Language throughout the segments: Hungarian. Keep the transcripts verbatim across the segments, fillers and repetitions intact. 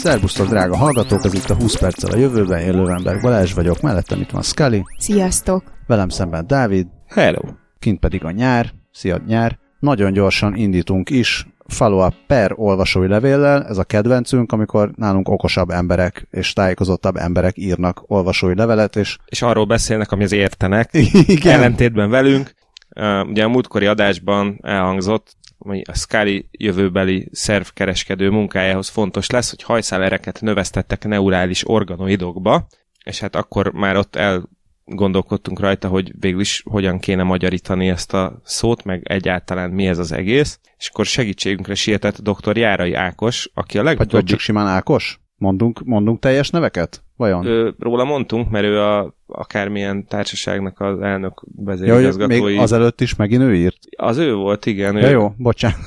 Szerbusztok, drága hallgatók, ez itt a húsz perccel a jövőben, én Löwenberg Balázs vagyok, mellettem itt van Scully. Sziasztok! Velem szemben Dávid. Hello! Kint pedig a nyár. Szia, nyár! Nagyon gyorsan indítunk is, follow-up per olvasói levéllel, ez a kedvencünk, amikor nálunk okosabb emberek és tájékozottabb emberek írnak olvasói levelet, és... És arról beszélnek, ami az értenek, Igen. ellentétben velünk. Uh, ugye a múltkori adásban elhangzott, hogy a Scully jövőbeli szervkereskedő munkájához fontos lesz, hogy hajszálereket növesztettek neurális organoidokba, és hát akkor már ott elgondolkodtunk rajta, hogy végül is hogyan kéne magyarítani ezt a szót, meg egyáltalán mi ez az egész, és akkor segítségünkre sietett dr. Járai Ákos, aki a legutóbbi... Vagy csak simán Ákos? Mondunk, mondunk teljes neveket? Vajon? Ő, róla mondtunk, mert ő a, akármilyen társaságnak az elnök vezérigazgatói. Ja, még azelőtt is megint ő írt? Az ő volt, igen. Ő... Ja, jó, bocsánat.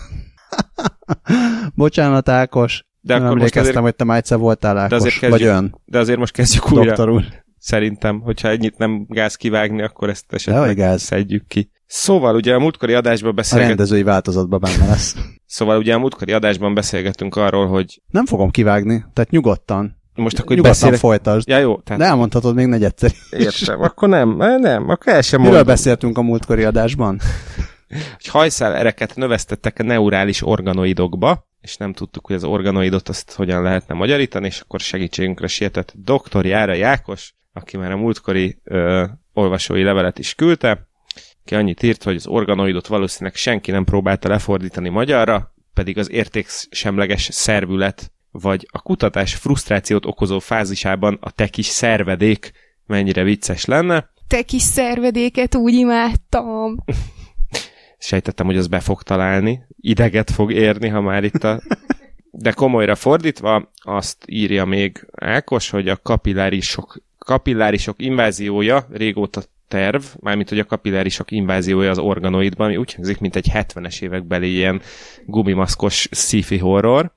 Bocsánat, Ákos. De nem akkor emlékeztem, azért... hogy te már egyszer voltál Ákos, kezdjük... vagy ön. De azért most kezdjük újra. Doktor úr. Szerintem, hogyha ennyit nem gáz kivágni, akkor ezt esetleg szedjük ki. Szóval ugye a múltkori adásban beszélgettünk... A rendezői változatban benne lesz. Szóval ugye a múltkori adásban beszélgettünk arról, hogy... Nem fogom kivágni, tehát nyugodtan. Most akkor nyugodtan beszélek... folytasd. Ja, jó. Tehát... De elmondhatod még negyedszer. Értem, akkor nem, nem, akkor el sem Miről mondom. beszéltünk a múltkori adásban? Hogy hajszálereket növesztettek a neurális organoidokba, és nem tudtuk, hogy az organoidot azt hogyan lehetne magyarítani, és akkor segítségünkre sietett doktor Járai Ákos, aki már a múltkori ö, olvasói levelet is küldte, ki annyit írt, hogy az organoidot valószínűleg senki nem próbálta lefordítani magyarra, pedig az értéksemleges szervület, vagy a kutatás frusztrációt okozó fázisában a te kis szervedék mennyire vicces lenne. Te kis szervedéket úgy imádtam. Sejtettem, hogy az be fog találni. Ideget fog érni, ha már itt a... De komolyra fordítva, azt írja még Ákos, hogy a kapillárisok, kapillárisok inváziója régóta terv, mármint hogy a kapillárisok inváziója az organoidban, ami úgy hangzik, mint egy hetvenes évekbeli ilyen gumimaszkos sci-fi horror,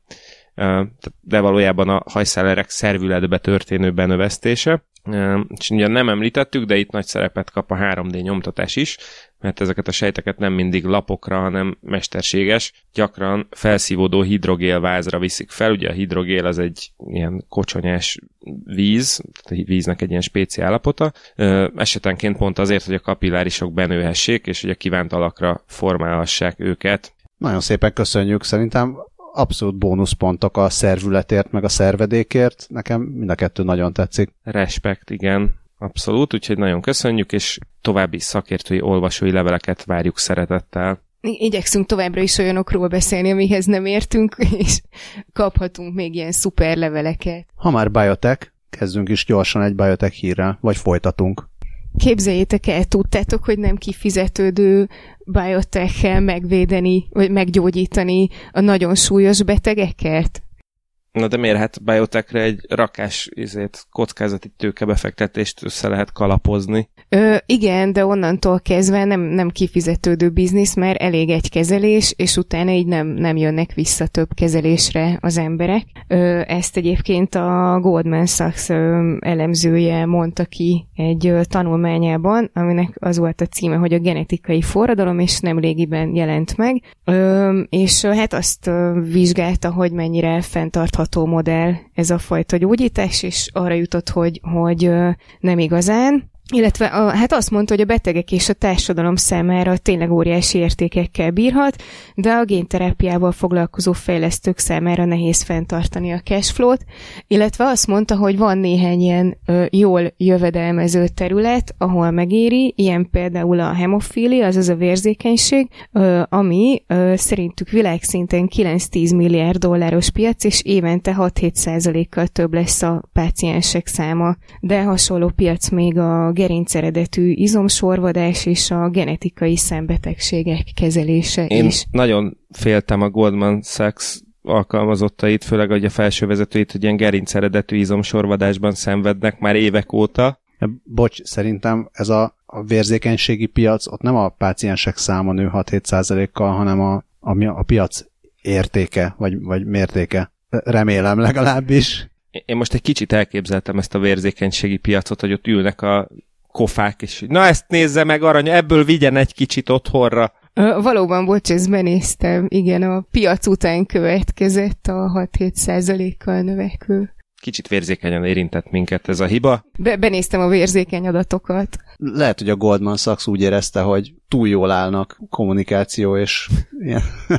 de valójában a hajszálerek szervületbe történő benövesztése. És ugye nem említettük, de itt nagy szerepet kap a három dé nyomtatás is, mert ezeket a sejteket nem mindig lapokra, hanem mesterséges, gyakran felszívódó hidrogélvázra viszik fel. Ugye a hidrogél az egy ilyen kocsonyás víz, tehát a víznek egy ilyen spéci állapota, esetenként pont azért, hogy a kapillárisok benőhessék, és hogy a kívánt alakra formálhassák őket. Nagyon szépen köszönjük, szerintem abszolút bónuszpontok a szervületért, meg a szervedékért. Nekem mind a kettő nagyon tetszik. Respekt, igen, abszolút, úgyhogy nagyon köszönjük, és további szakértői olvasói leveleket várjuk szeretettel. Igyekszünk továbbra is olyanokról beszélni, amihez nem értünk, és kaphatunk még ilyen szuper leveleket. Ha már biotech, kezdünk is gyorsan egy biotech hírrel, vagy folytatunk. Képzeljétek el, tudtátok, hogy nem kifizetődő biotech-el megvédeni, vagy meggyógyítani a nagyon súlyos betegeket? Na de miért? Hát biotechre egy rakás izét, kockázati tőkebefektetést össze lehet kalapozni. Ö, igen, de onnantól kezdve nem, nem kifizetődő biznisz, mert elég egy kezelés, és utána így nem, nem jönnek vissza több kezelésre az emberek. Ö, ezt egyébként a Goldman Sachs ö, elemzője mondta ki egy ö, tanulmányában, aminek az volt a címe, hogy a genetikai forradalom, és nemrégiben jelent meg. Ö, és ö, hát azt ö, vizsgálta, hogy mennyire fenntartható modell ez a fajta gyógyítás, és arra jutott, hogy, hogy ö, nem igazán. Illetve a, hát azt mondta, hogy a betegek és a társadalom számára tényleg óriási értékekkel bírhat, de a génterápiával foglalkozó fejlesztők számára nehéz fenntartani a cashflow-t, illetve azt mondta, hogy van néhány ilyen ö, jól jövedelmező terület, ahol megéri, ilyen például a hemofília, azaz a vérzékenység, ö, ami ö, szerintük világszinten kilenc-tíz milliárd dolláros piac, és évente hat-hét százalékkal több lesz a páciensek száma, de hasonló piac még a gerinceredetű izomsorvadás és a genetikai szembetegségek kezelése Én is. nagyon féltem a Goldman Sachs alkalmazottait, főleg hogy a felsővezetőit, hogy ilyen gerinceredetű izomsorvadásban szenvednek már évek óta. Bocs, szerintem ez a, a vérzékenységi piac, ott nem a páciensek száma nő hat-hét százalékkal, hanem a, a, a piac értéke, vagy, vagy mértéke. Remélem legalábbis. Én most egy kicsit elképzeltem ezt a vérzékenységi piacot, hogy ott ülnek a kofák, és na ezt nézze meg, arany, ebből vigyen egy kicsit otthonra. Valóban, bocs, ezt benéztem. Igen, a piac után következett a hat-hét százalékkal növekvő. Kicsit vérzékenyen érintett minket ez a hiba. Be- benéztem a vérzékeny adatokat. Lehet, hogy a Goldman Sachs úgy érezte, hogy túl jól állnak kommunikáció és ilyen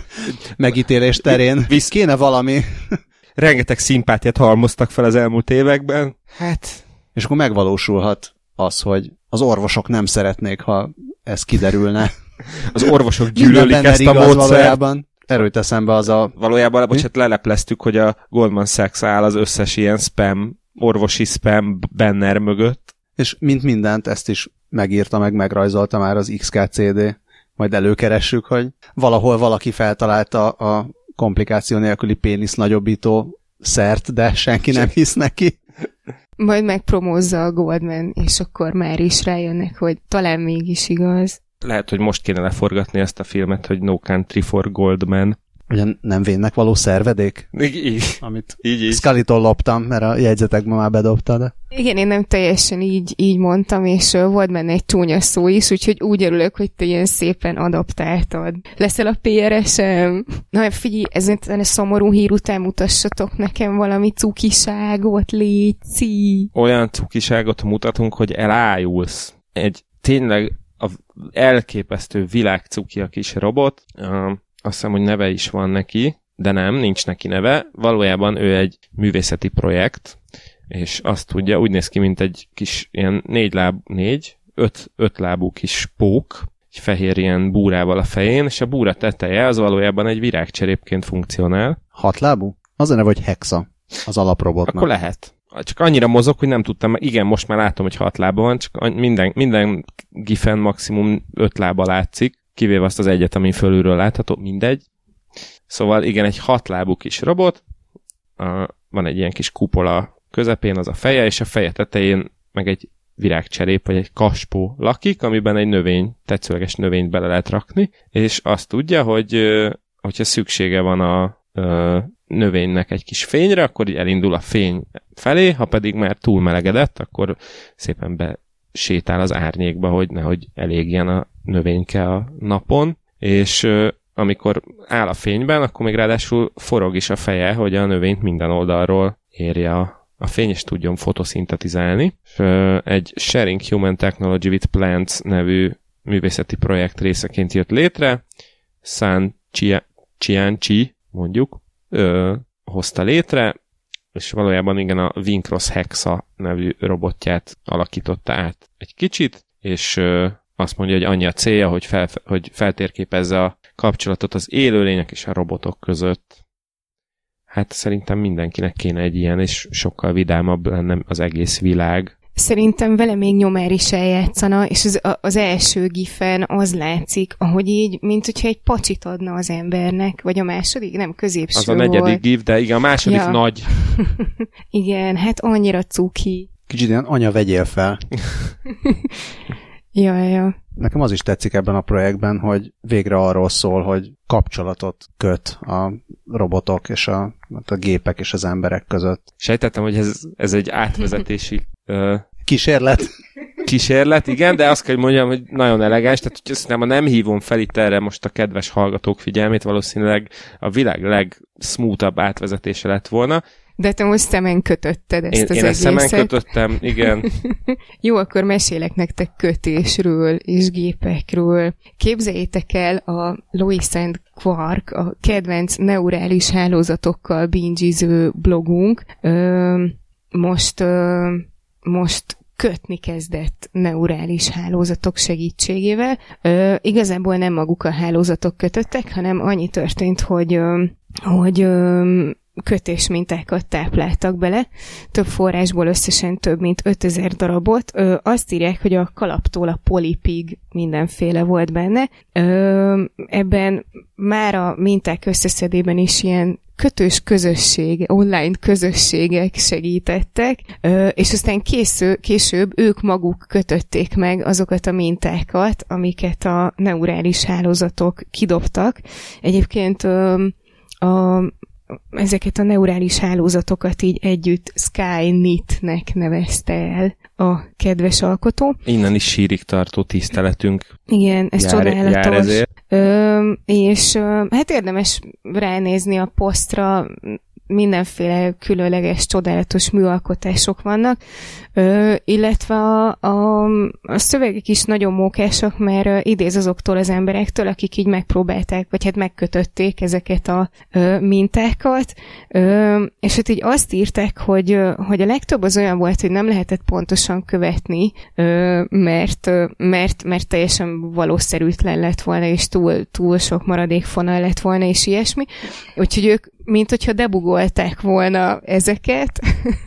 megítélés terén. Visz kéne valami. Rengeteg szimpátiát halmoztak fel az elmúlt években. Hát... És akkor megvalósulhat az, hogy az orvosok nem szeretnék, ha ez kiderülne. Az orvosok gyűlölik ezt a módszert. Valójában. Erőt eszembe az a... Valójában, bocsánat, lelepleztük, hogy a Goldman Sachs áll az összes ilyen spam, orvosi spam banner mögött. És mint mindent, ezt is megírta, meg megrajzolta már az iksz ká cé dé. Majd előkeressük, hogy valahol valaki feltalálta a komplikáció nélküli pénisz nagyobbító szert, de senki nem hisz neki. Majd megpromózza a Goldman, és akkor már is rájönnek, hogy talán mégis igaz. Lehet, hogy most kéne leforgatni ezt a filmet, hogy No Country for Goldman. Ugyan nem vénnek való szervedék? Így, így. Amit így, így. Scully-tól loptam, mert a jegyzetekben már bedobta, de... Igen, én nem teljesen így, így mondtam, és volt benne egy csúnya szó is, úgyhogy úgy örülök, hogy te ilyen szépen adaptáltad. Leszel a pé er es-em? Na figyelj, ezen a szomorú hír után mutassatok nekem valami cukiságot, léci. Olyan cukiságot mutatunk, hogy elájulsz. Egy tényleg a elképesztő világcuki a kis robot. Uh, azt hiszem, hogy neve is van neki, de nem, nincs neki neve. Valójában ő egy művészeti projekt, és azt tudja, úgy néz ki, mint egy kis ilyen négy láb, négy, öt, öt lábú kis pók, egy fehér ilyen búrával a fején, és a búra teteje az valójában egy virágcserépként funkcionál. Hat lábú? Az a neve, hogy Hexa, az alaprobotnak. Akkor lehet. Csak annyira mozog, hogy nem tudtam, igen, most már látom, hogy hat lába van, csak minden, minden gifen maximum öt lába látszik, kivéve azt az egyet, ami fölülről látható, mindegy. Szóval igen, egy hat lábú kis robot, a, van egy ilyen kis kupola közepén, az a feje, és a feje tetején meg egy virágcserép, vagy egy kaspó lakik, amiben egy növény, tetszőleges növényt bele lehet rakni, és azt tudja, hogy hogyha szüksége van a növénynek egy kis fényre, akkor elindul a fény felé, ha pedig már túl melegedett, akkor szépen besétál az árnyékba, hogy nehogy elégjen a növényke a napon, és amikor áll a fényben, akkor még ráadásul forog is a feje, hogy a növényt minden oldalról érje a, a fény, és tudjon fotoszintetizálni. És, egy Sharing Human Technology with Plants nevű művészeti projekt részeként jött létre. San Chianchi, mondjuk, ö, hozta létre, és valójában igen a Wincross Hexa nevű robotját alakította át egy kicsit, és ö, azt mondja, hogy annyi a célja, hogy, fel, hogy feltérképezze a kapcsolatot az élőlények és a robotok között. Hát szerintem mindenkinek kéne egy ilyen, és sokkal vidámabb lenne az egész világ. Szerintem vele még nyomár is eljátszana, és az, az első gifen az látszik, ahogy így, mint hogyha egy pacsit adna az embernek, vagy a második, nem, középső az a negyedik volt. gif, de igen, a második ja. Nagy. Igen, hát annyira cuki. Kicsit ilyen anya vegyél fel. Ja, ja. Nekem az is tetszik ebben a projektben, hogy végre arról szól, hogy kapcsolatot köt a robotok és a, a gépek és az emberek között. Sejtettem, hogy ez, ez egy átvezetési uh, kísérlet. Kísérlet, igen, de azt kell, hogy mondjam, hogy nagyon elegáns, tehát hogy azt nem, nem hívom fel itt erre most a kedves hallgatók figyelmét, valószínűleg a világ legsmoothabb átvezetése lett volna. De te most szemen kötötted ezt én, az én egészet. Én ezt szemen kötöttem, igen. Jó, akkor mesélek nektek kötésről és gépekről. Képzeljétek el a Lois and Quark, a kedvenc neurális hálózatokkal bingiző blogunk. Ö, most, ö, most kötni kezdett neurális hálózatok segítségével. Ö, igazából nem maguk a hálózatok kötöttek, hanem annyi történt, hogy, ö, hogy ö, kötésmintákat tápláltak bele, több forrásból összesen több mint ötezer darabot. Ö, azt írják, hogy a kalaptól a polipig mindenféle volt benne. Ö, ebben már a minták összeszedében is ilyen kötős közösség, online közösségek segítettek, ö, és aztán készül, később ők maguk kötötték meg azokat a mintákat, amiket a neurális hálózatok kidobtak. Egyébként ö, a ezeket a neurális hálózatokat így együtt SkyNet-nek nevezte el a kedves alkotó. Innen is sírig tartó tiszteletünk. Igen, ez jár, csodálatos. Jár ezért. Ö, és ö, hát érdemes ránézni a posztra, mindenféle különleges, csodálatos műalkotások vannak, ö, illetve a, a, a szövegek is nagyon mókásak, mert idéz azoktól az emberektől, akik így megpróbálták, vagy hát megkötötték ezeket a ö, mintákat, ö, és hát így azt írták, hogy, ö, hogy a legtöbb az olyan volt, hogy nem lehetett pontosan követni, ö, mert, ö, mert, mert teljesen valószerűtlen lett volna, és túl, túl sok maradékfonal lett volna, és ilyesmi. Úgyhogy ők mint hogyha debugolták volna ezeket.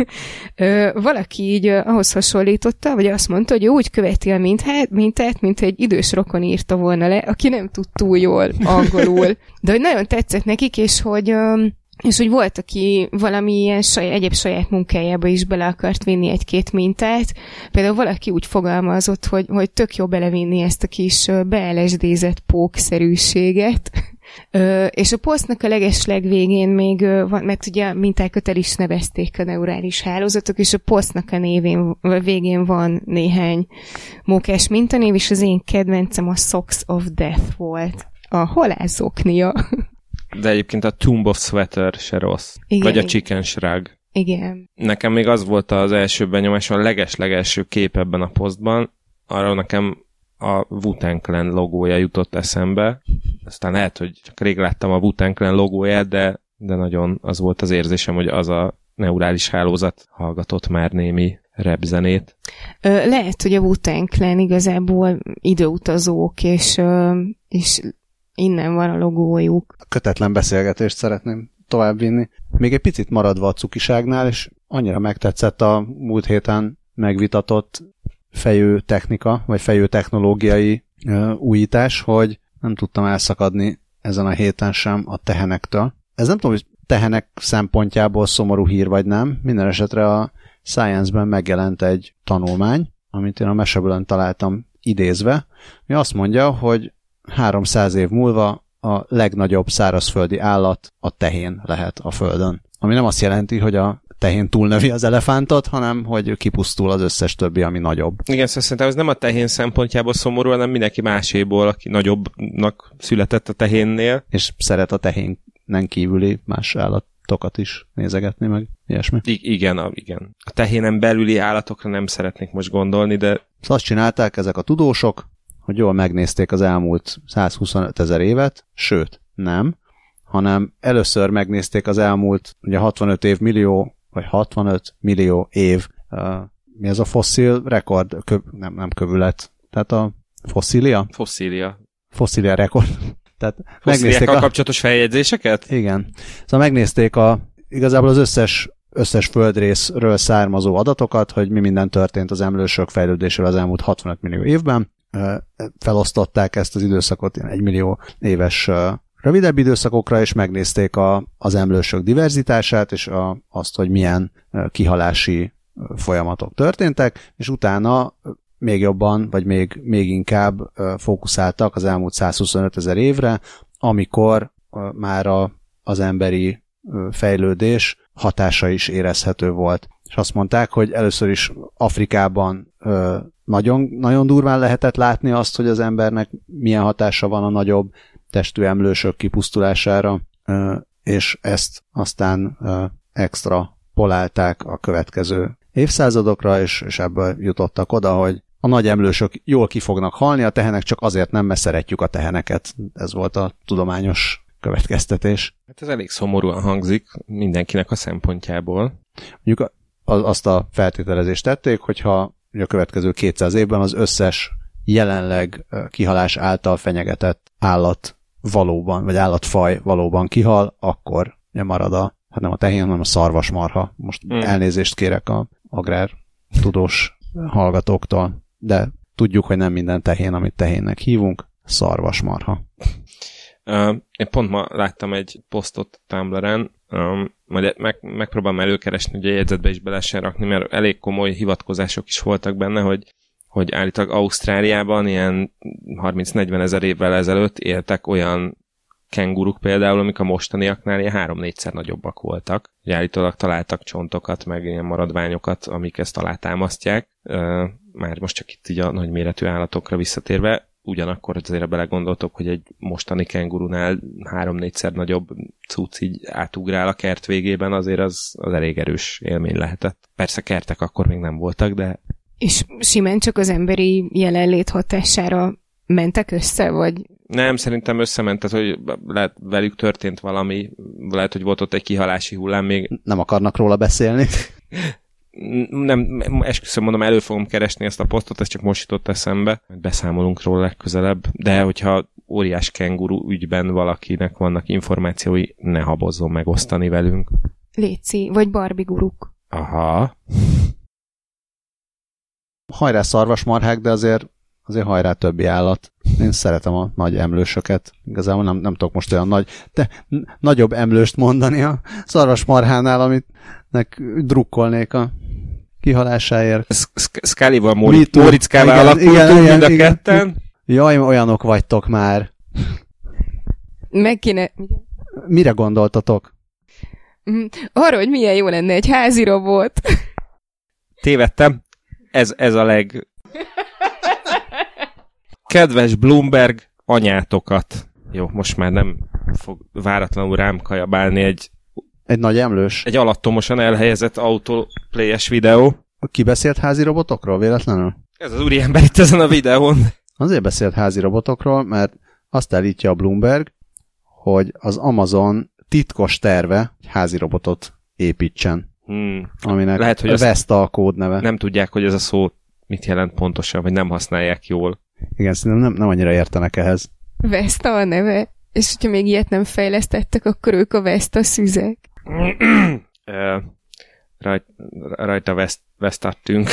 Valaki így ahhoz hasonlította, vagy azt mondta, hogy ő úgy követi a mintát, mintát, mint egy idős rokon írta volna le, aki nem tud túl jól angolul. De hogy nagyon tetszett nekik, és hogy és hogy volt, aki valami ilyen saját, egyéb saját munkájába is bele akart vinni egy-két mintát. Például valaki úgy fogalmazott, hogy, hogy tök jó belevinni ezt a kis be-el-es-dézett pókszerűséget. Ö, és a posztnak a legesleg végén még ö, van, mert ugye a mintákat el is nevezték a neurális hálózatok, és a posztnak a névén, végén van néhány mókás mintanév, és az én kedvencem a Socks of Death volt. A halászoknia. De egyébként a Tomb of Sweater se rossz. Igen, vagy a Chicken Shrug. Igen. Nekem még az volt az első benyomás, a leges-legelső kép ebben a posztban, arra nekem a Wu-Tang Clan logója jutott eszembe. Aztán lehet, hogy csak rég láttam a Wu-Tang Clan logóját, de, de nagyon az volt az érzésem, hogy az a neurális hálózat hallgatott már némi repzenét. Ö, lehet, hogy a Wu-Tang Clan igazából időutazók, és, ö, és innen van a logójuk. A kötetlen beszélgetést szeretném továbbvinni. Még egy picit maradva a cukiságnál, és annyira megtetszett a múlt héten megvitatott fejő technika, vagy fejő technológiai ö, újítás, hogy nem tudtam elszakadni ezen a héten sem a tehenektől. Ez nem tudom, hogy tehenek szempontjából szomorú hír, vagy nem. Minden esetre a Science-ben megjelent egy tanulmány, amit én a Mesebőlen találtam idézve, ami azt mondja, hogy háromszáz év múlva a legnagyobb szárazföldi állat a tehén lehet a Földön. Ami nem azt jelenti, hogy a tehén túlnövi az elefántot, hanem hogy kipusztul az összes többi, ami nagyobb. Igen, szóval szerintem ez nem a tehén szempontjából szomorú, hanem mindenki máséból, aki nagyobbnak született a tehénnél. És szeret a tehénen kívüli más állatokat is nézegetni, meg ilyesmi. I- igen, a, igen. A tehénen belüli állatokra nem szeretnék most gondolni, de... Szóval azt csinálták ezek a tudósok, hogy jól megnézték az elmúlt százhuszonöt ezer évet, sőt, nem, hanem először megnézték az elmúlt ugye hatvanöt év millió, vagy hatvanöt millió év, uh, mi ez a fosszil rekord, Kö, nem, nem kövület, tehát a fosszília? Fosszília. Fosszília rekord. Tehát fosszíliákkal a... kapcsolatos feljegyzéseket? Igen. Szóval megnézték a, igazából az összes, összes földrészről származó adatokat, hogy mi minden történt az emlősök fejlődésével az elmúlt hatvanöt millió évben. Felosztották ezt az időszakot egy millió éves rövidebb időszakokra, és megnézték a, az emlősök diverzitását, és a, azt, hogy milyen kihalási folyamatok történtek, és utána még jobban, vagy még, még inkább fókuszáltak az elmúlt százhuszonöt ezer évre, amikor már a, az emberi fejlődés hatása is érezhető volt. És azt mondták, hogy először is Afrikában nagyon, nagyon durván lehetett látni azt, hogy az embernek milyen hatása van a nagyobb testű emlősök kipusztulására, és ezt aztán extra polálták a következő évszázadokra, és, és ebből jutottak oda, hogy a nagy emlősök jól ki fognak halni, a tehenek csak azért nem, mert szeretjük a teheneket. Ez volt a tudományos következtetés. Hát ez elég szomorúan hangzik mindenkinek a szempontjából. Mondjuk azt a feltételezést tették, hogyha a következő kétszáz évben az összes jelenleg kihalás által fenyegetett állat valóban, vagy állatfaj valóban kihal, akkor marad a, hát nem a tehén, hanem a szarvasmarha. Most mm. elnézést kérek a agrár tudós hallgatóktól, de tudjuk, hogy nem minden tehén, amit tehénnek hívunk, szarvasmarha. Uh, én pont ma láttam egy posztot Tumblr-en, um, majd meg, megpróbálom előkeresni, hogy a jegyzetbe is be lehessen rakni, mert elég komoly hivatkozások is voltak benne, hogy, hogy állítólag Ausztráliában ilyen harminc-negyven ezer évvel ezelőtt éltek olyan kenguruk például, amik a mostaniaknál ilyen három-négyszer nagyobbak voltak. Ugye állítólag találtak csontokat, meg ilyen maradványokat, amik ezt alátámasztják. Uh, már most csak itt így a nagyméretű állatokra visszatérve. ugyanakkor azért belegondoltok, hogy egy mostani kengurunál három-négyszer nagyobb cucc így átugrál a kert végében, azért az, az elég erős élmény lehetett. Persze kertek akkor még nem voltak, de... És simán csak az emberi jelenlét hatására mentek össze, vagy... Nem, szerintem összement, tehát, hogy lehet, velük történt valami, lehet, hogy volt ott egy kihalási hullám még. Nem akarnak róla beszélni. Nem, esküszöm mondom, elő fogom keresni ezt a posztot, ez csak most jutott eszembe, beszámolunk róla legközelebb, de hogyha óriás kenguru ügyben valakinek vannak információi, ne habozzon megosztani velünk. Léci, vagy Barbie guruk. Aha. Hajrá szarvasmarhák, de azért, azért hajrá többi állat. Én szeretem a nagy emlősöket. Igazából nem, nem tudok most olyan nagy, de n- nagyobb emlőst mondani a szarvasmarhánál, amit nek drukkolnék a kihalásáért. Scully-val Móriczkával alakultunk mind a ketten. Jaj, olyanok vagytok már. Meg kéne... Mire gondoltatok? Arra, hogy milyen jó lenne egy házi robot. Tévedtem. Ez, ez a leg... Kedves Bloomberg, anyátokat. Jó, most már nem fog váratlanul rám kajabálni egy... Egy nagy emlős? Egy alattomosan elhelyezett autoplay-es videó. Ki beszélt házi robotokról véletlenül? Ez az úriember itt ezen a videón. Azért beszélt házi robotokról, mert azt állítja a Bloomberg, hogy az Amazon titkos terve egy házi robotot építsen. Hmm. Aminek lehet, hogy Vesta a kódneve. Nem tudják, hogy ez a szó mit jelent pontosan, vagy nem használják jól. Igen, szerintem nem, nem annyira értenek ehhez. Vesta a neve? És hogyha még ilyet nem fejlesztettek, akkor ők a Vesta szüzek. Rajt, rajta veszt, vesztettünk.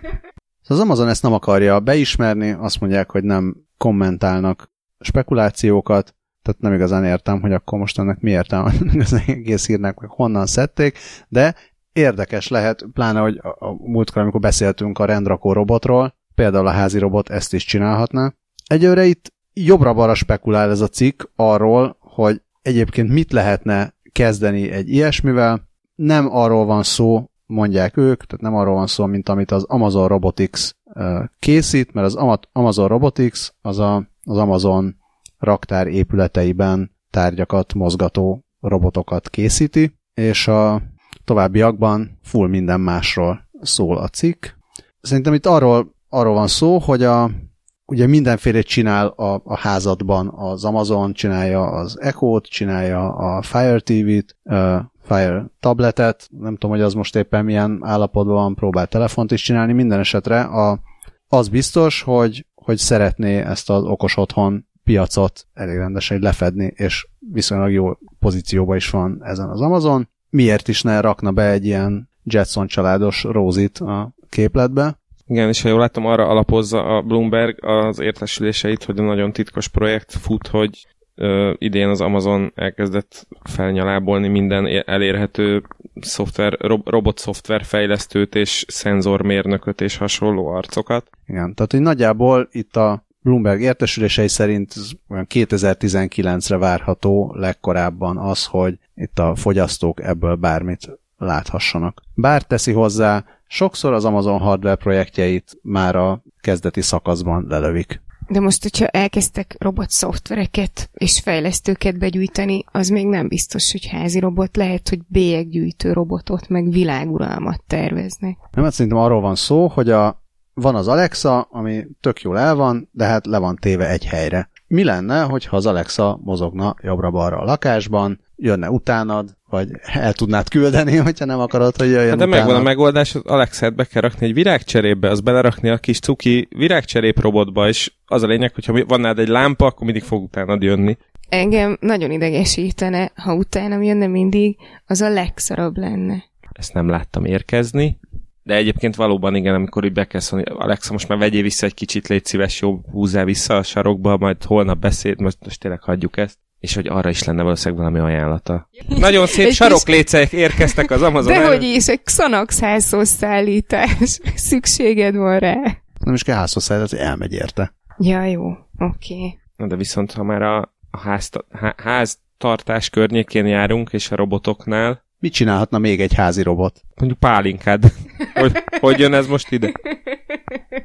Az Amazon ezt nem akarja beismerni, azt mondják, hogy nem kommentálnak spekulációkat, tehát nem igazán értem, hogy akkor most ennek mi értelme az egész hírnek, meg honnan szedték, de érdekes lehet, pláne, hogy a, a múltkor, amikor beszéltünk a rendrakó robotról, például a házi robot ezt is csinálhatná. Egyőre itt jobbra-balra spekulál ez a cikk arról, hogy egyébként mit lehetne kezdeni egy ilyesmivel. Nem arról van szó, mondják ők, tehát nem arról van szó, mint amit az Amazon Robotics készít, mert az Amazon Robotics az a, az Amazon raktár épületeiben tárgyakat mozgató robotokat készíti, és a továbbiakban full minden másról szól a cikk. Szerintem itt arról, arról van szó, hogy a, ugye mindenfélét csinál a, a házadban az Amazon, csinálja az Echo-t, csinálja a Fire té vét, uh, Fire tabletet, nem tudom, hogy az most éppen milyen állapotban van, próbál telefont is csinálni, minden esetre a, az biztos, hogy, hogy szeretné ezt az okos otthon piacot elég rendesen lefedni, és viszonylag jó pozícióban is van ezen az Amazon. Miért is ne rakna be egy ilyen Jetson családos Rosie-t a képletbe? Igen, és ha jól látom, arra alapozza a Bloomberg az értesüléseit, hogy a nagyon titkos projekt fut, hogy ö, idén az Amazon elkezdett felnyalábolni minden elérhető szoftver, rob, robot szoftver fejlesztőt és szenzormérnököt és hasonló arcokat. Igen, tehát hogy nagyjából itt a Bloomberg értesülései szerint olyan kétezer-tizenkilencre várható legkorábban az, hogy itt a fogyasztók ebből bármit láthassanak. Bár teszi hozzá, sokszor az Amazon hardware projektjeit már a kezdeti szakaszban lelövik. De most, hogyha elkezdtek robot szoftvereket és fejlesztőket begyűjteni, az még nem biztos, hogy házi robot, lehet, hogy bélyeggyűjtő robotot, meg világuralmat terveznek. Nem, hát szerintem arról van szó, hogy a van az Alexa, ami tök jól el van, de hát le van téve egy helyre. Mi lenne, hogyha az Alexa mozogna jobbra-balra a lakásban, jönne utánad, vagy el tudnád küldeni, hogyha nem akarod, hogy jöjjön hát de utánad. Megvan a megoldás, az Alexát be kell rakni egy virágcserépbe, az belerakni a kis cuki virágcserép robotba, és az a lényeg, hogyha van nád egy lámpa, akkor mindig fog utánad jönni. Engem nagyon idegesítene, ha utánam jönne mindig, az a legszarabb lenne. Ezt nem láttam érkezni. De egyébként valóban igen, amikor úgy be kell szólni, Alexa, most már vegyél vissza egy kicsit, légy szíves, jobb, húzzál vissza a sarokba, majd holnap beszéd, most, most tényleg hagyjuk ezt. És hogy arra is lenne valószínűleg valami ajánlata. Nagyon szép saroklécek érkeztek az Amazon. Dehogy is, egy Xanax házhoz szállítás. Szükséged van rá. Nem is kell házhoz szállítani, hogy elmegy érte. Ja, jó, oké. Okay. Na de viszont, ha már a, a házta, há, háztartás környékén járunk, és a robotoknál, mit csinálhatna még egy házi robot? Mondjuk pálinkád. Hogy, hogy jön ez most ide?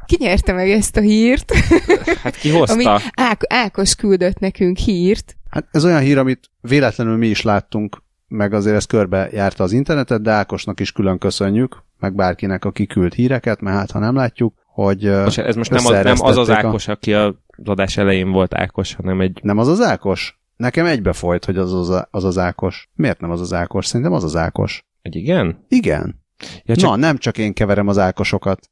Ki nyerte meg ezt a hírt? Hát ki hozta? Ami Ák- Ákos küldött nekünk hírt. Hát ez olyan hír, amit véletlenül mi is láttunk, meg azért ez körbe járta az internetet, de Ákosnak is külön köszönjük, meg bárkinek, aki küld híreket, mert hát ha nem látjuk, hogy most ez most nem az, nem az az Ákos, a... aki az adás elején volt Ákos, hanem egy... Nem az az Ákos? Nekem egybe folyt, hogy az az, az az Ákos. Miért nem az az Ákos? Szerintem az az Ákos. Egy igen? Igen. Ja, csak... Na, nem csak én keverem az Ákosokat.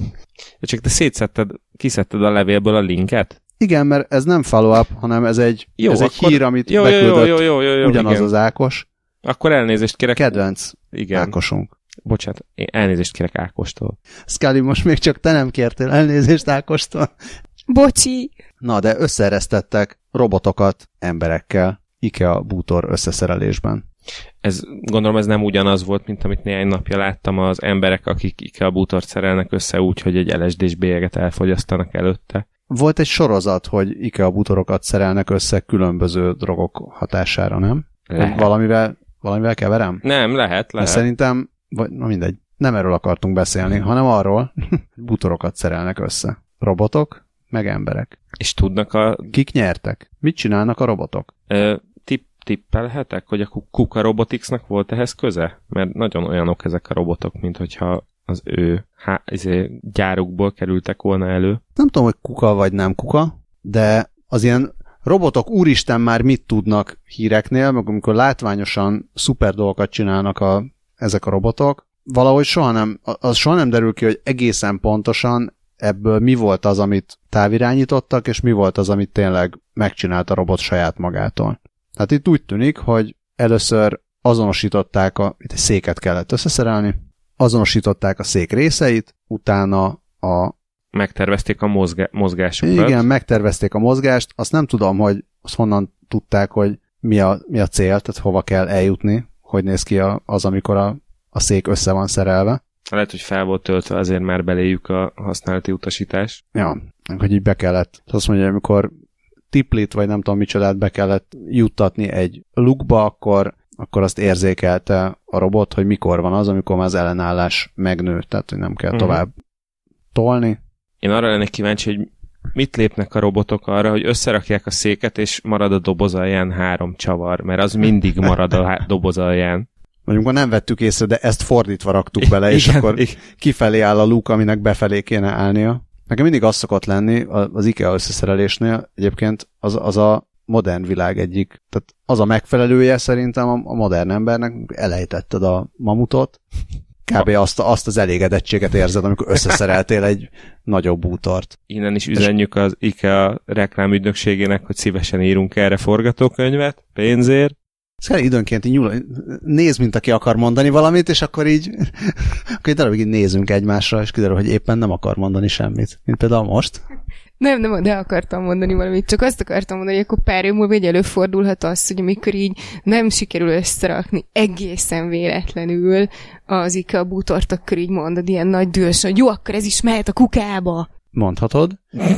Ja, csak te szétszedted, kiszedted a levélből a linket? Igen, mert ez nem follow-up, hanem ez egy, jó, ez egy hír, amit jó, beküldött jó, jó, jó, jó, jó, ugyanaz igen. az Ákos. Akkor elnézést kérek. Kedvenc igen. Ákosunk. Bocsánat, én elnézést kérek Ákostól. Scully, most még csak te nem kértél elnézést Ákostól. Bocsi! Na, de összeeresztettek robotokat emberekkel IKEA bútor összeszerelésben. Ez, gondolom ez nem ugyanaz volt, mint amit néhány napja láttam az emberek, akik IKEA bútort szerelnek össze úgy, hogy egy el es dés bélyeget elfogyasztanak előtte. Volt egy sorozat, hogy IKEA bútorokat szerelnek össze különböző drogok hatására, nem? Lehet. Valamivel, valamivel keverem? Nem, lehet, lehet. De szerintem, vagy, na mindegy, nem erről akartunk beszélni, hanem arról, hogy bútorokat szerelnek össze. Robotok, meg emberek. És tudnak a... Kik nyertek? Mit csinálnak a robotok? Ö, tipp, tippelhetek, hogy a Kuka Roboticsnak volt ehhez köze? Mert nagyon olyanok ezek a robotok, mint hogyha az ő há, izé, gyárukból kerültek volna elő. Nem tudom, hogy kuka vagy nem kuka, de az ilyen robotok úristen már mit tudnak híreknél, meg amikor látványosan szuper dolgokat csinálnak a, ezek a robotok, valahogy soha nem, az soha nem derül ki, hogy egészen pontosan ebből mi volt az, amit távirányítottak, és mi volt az, amit tényleg megcsinált a robot saját magától. Tehát itt úgy tűnik, hogy először azonosították, a, itt egy széket kellett összeszerelni, azonosították a szék részeit, utána a... Megtervezték a mozgá- mozgásukat. Igen, megtervezték a mozgást, azt nem tudom, hogy azt honnan tudták, hogy mi a, mi a cél, tehát hova kell eljutni, hogy néz ki a, az, amikor a, a szék össze van szerelve. Lehet, hogy fel volt töltve, azért már beléjük a használati utasítás. Ja, hogy így be kellett. Azt mondja, amikor tiplit, vagy nem tudom micsodát be kellett juttatni egy lukba, akkor, akkor azt érzékelte a robot, hogy mikor van az, amikor már az ellenállás megnő, tehát hogy nem kell uh-huh. tovább tolni. Én arra lennék kíváncsi, hogy mit lépnek a robotok arra, hogy összerakják a széket, és marad a doboz alján három csavar, mert az mindig marad a há- doboz alján. Mondjuk ma nem vettük észre, de ezt fordítva raktuk bele, igen, és akkor igen. Kifelé áll a luk, aminek befelé kéne állnia. Nekem mindig az szokott lenni az IKEA összeszerelésnél, egyébként az, az a modern világ egyik, tehát az a megfelelője szerintem a, a modern embernek, elejtetted a mamutot, kb. azt, azt az elégedettséget érzed, amikor összeszereltél egy nagyobb bútort. Innen is üzenjük az IKEA reklámügynökségének, hogy szívesen írunk erre forgatókönyvet, pénzért. Szóval időnként így nyúl, néz, mint aki akar mondani valamit, és akkor így, akkor egy darabig így nézünk egymásra, és kiderül, hogy éppen nem akar mondani semmit. Mint például most. Nem, nem, de akartam mondani valamit. Csak azt akartam mondani, hogy akkor pár év múlva így előfordulhat az, hogy amikor így nem sikerül összerakni egészen véletlenül az IKEA bútort, akkor így mondod ilyen nagy dühösen, hogy jó, akkor ez is mehet a kukába. Mondhatod.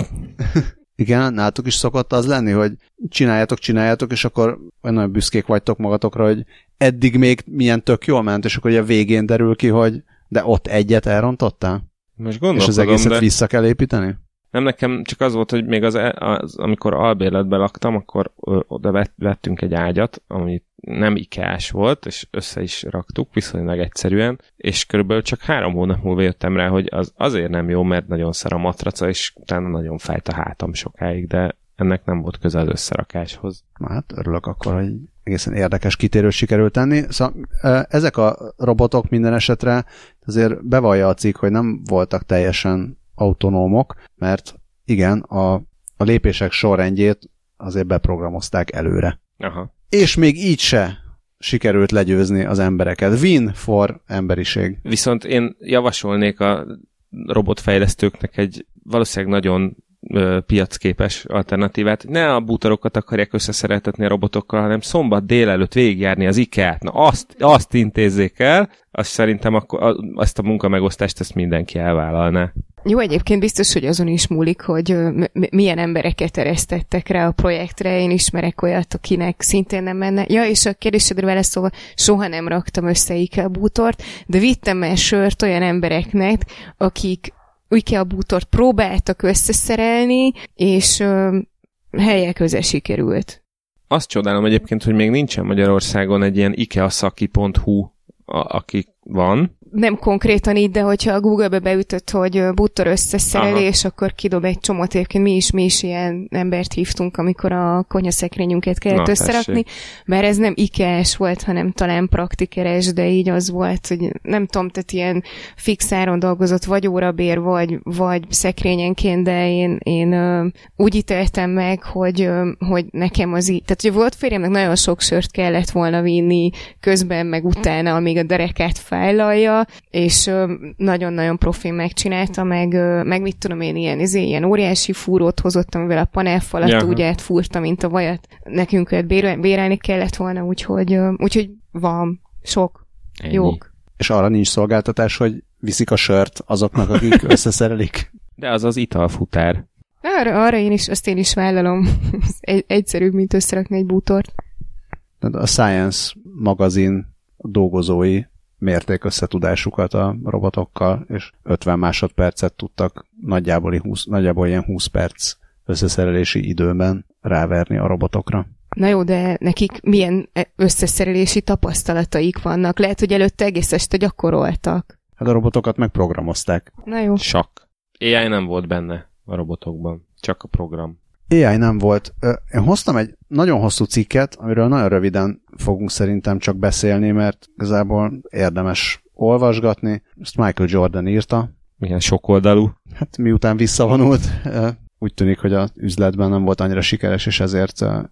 Igen, nálatok is szokott az lenni, hogy csináljátok, csináljátok, és akkor nagyon büszkék vagytok magatokra, hogy eddig még milyen tök jól ment, és akkor a végén derül ki, hogy de ott egyet elrontottál? Most és az egészet de... vissza kell építeni? Nem, nekem csak az volt, hogy még az, az amikor albérletben laktam, akkor ö, oda vettünk egy ágyat, ami nem ikás volt, és össze is raktuk viszonylag egyszerűen, és körülbelül csak három hónap múlva jöttem rá, hogy az azért nem jó, mert nagyon szar a matraca, és utána nagyon fájt a hátam sokáig, de ennek nem volt köze az összerakáshoz. Hát örülök akkor, hogy egészen érdekes kitérőt sikerült tenni. Szóval ezek a robotok minden esetre azért bevallja a cikk, hogy nem voltak teljesen autonómok, mert igen, a, a lépések sorrendjét azért beprogramozták előre. Aha. És még így se sikerült legyőzni az embereket. Win for emberiség. Viszont én javasolnék a robotfejlesztőknek egy valószínűleg nagyon ö, piacképes alternatívát. Ne a bútorokat akarják összeszereltetni a robotokkal, hanem szombat délelőtt végigjárni az IKEA-t. Na azt, azt intézzék el, azt szerintem akkor, azt a munkamegosztást ezt mindenki elvállalná. Jó, egyébként biztos, hogy azon is múlik, hogy m- milyen embereket eresztettek rá a projektre. Én ismerek olyat, akinek szintén nem menne. Ja, és a kérdésedre válaszolva, soha nem raktam össze IKEA bútort, de vittem el sört olyan embereknek, akik IKEA bútort próbáltak összeszerelni, és ö, helyek köze sikerült. Azt csodálom egyébként, hogy még nincsen Magyarországon egy ilyen ikeaszaki pont hu, a, aki van. Nem konkrétan így, de hogyha a Google-be beütött, hogy bútor összeszerelés, aha, akkor kidob egy csomót. Egyébként mi is, mi is ilyen embert hívtunk, amikor a konyhaszekrényünket kellett Na, összerakni, mert ez nem IKEA-s volt, hanem talán praktikeres, de így az volt, hogy nem tudom, tehát ilyen fix áron dolgozott, vagy órabér, vagy, vagy szekrényenként, de én, én ö, úgy ítéltem meg, hogy, ö, hogy nekem az így, tehát hogy volt férjemnek nagyon sok sört kellett volna vinni közben, meg utána, amíg a derekát fájlalja, és ö, nagyon-nagyon profin megcsinálta, meg, ö, meg mit tudom én, ilyen, izé, ilyen óriási fúrót hozott, amivel a panelfalat ja. úgy átfúrta, mint a vajat. Nekünk őt bérelni kellett volna, úgyhogy, ö, úgyhogy van sok Ennyi. jók. És arra nincs szolgáltatás, hogy viszik a sört azoknak, akik összeszerelik? De az az italfutár. Arra, arra én is, azt én is vállalom. Egy, egyszerűbb, mint összerakni egy bútort. A Science magazin dolgozói mérték összetudásukat a robotokkal, és ötven másodpercet tudtak nagyjából, húsz, nagyjából ilyen húsz perc összeszerelési időben ráverni a robotokra. Na jó, de nekik milyen összeszerelési tapasztalataik vannak? Lehet, hogy előtte egész este gyakoroltak. Hát a robotokat megprogramozták. Na jó. Csak. á i nem volt benne a robotokban, csak a program. á i nem volt. Én hoztam egy nagyon hosszú cikket, amiről nagyon röviden fogunk szerintem csak beszélni, mert igazából érdemes olvasgatni. Ezt Michael Jordan írta. Milyen sokoldalú. Hát miután visszavonult, úgy tűnik, hogy az üzletben nem volt annyira sikeres, és ezért á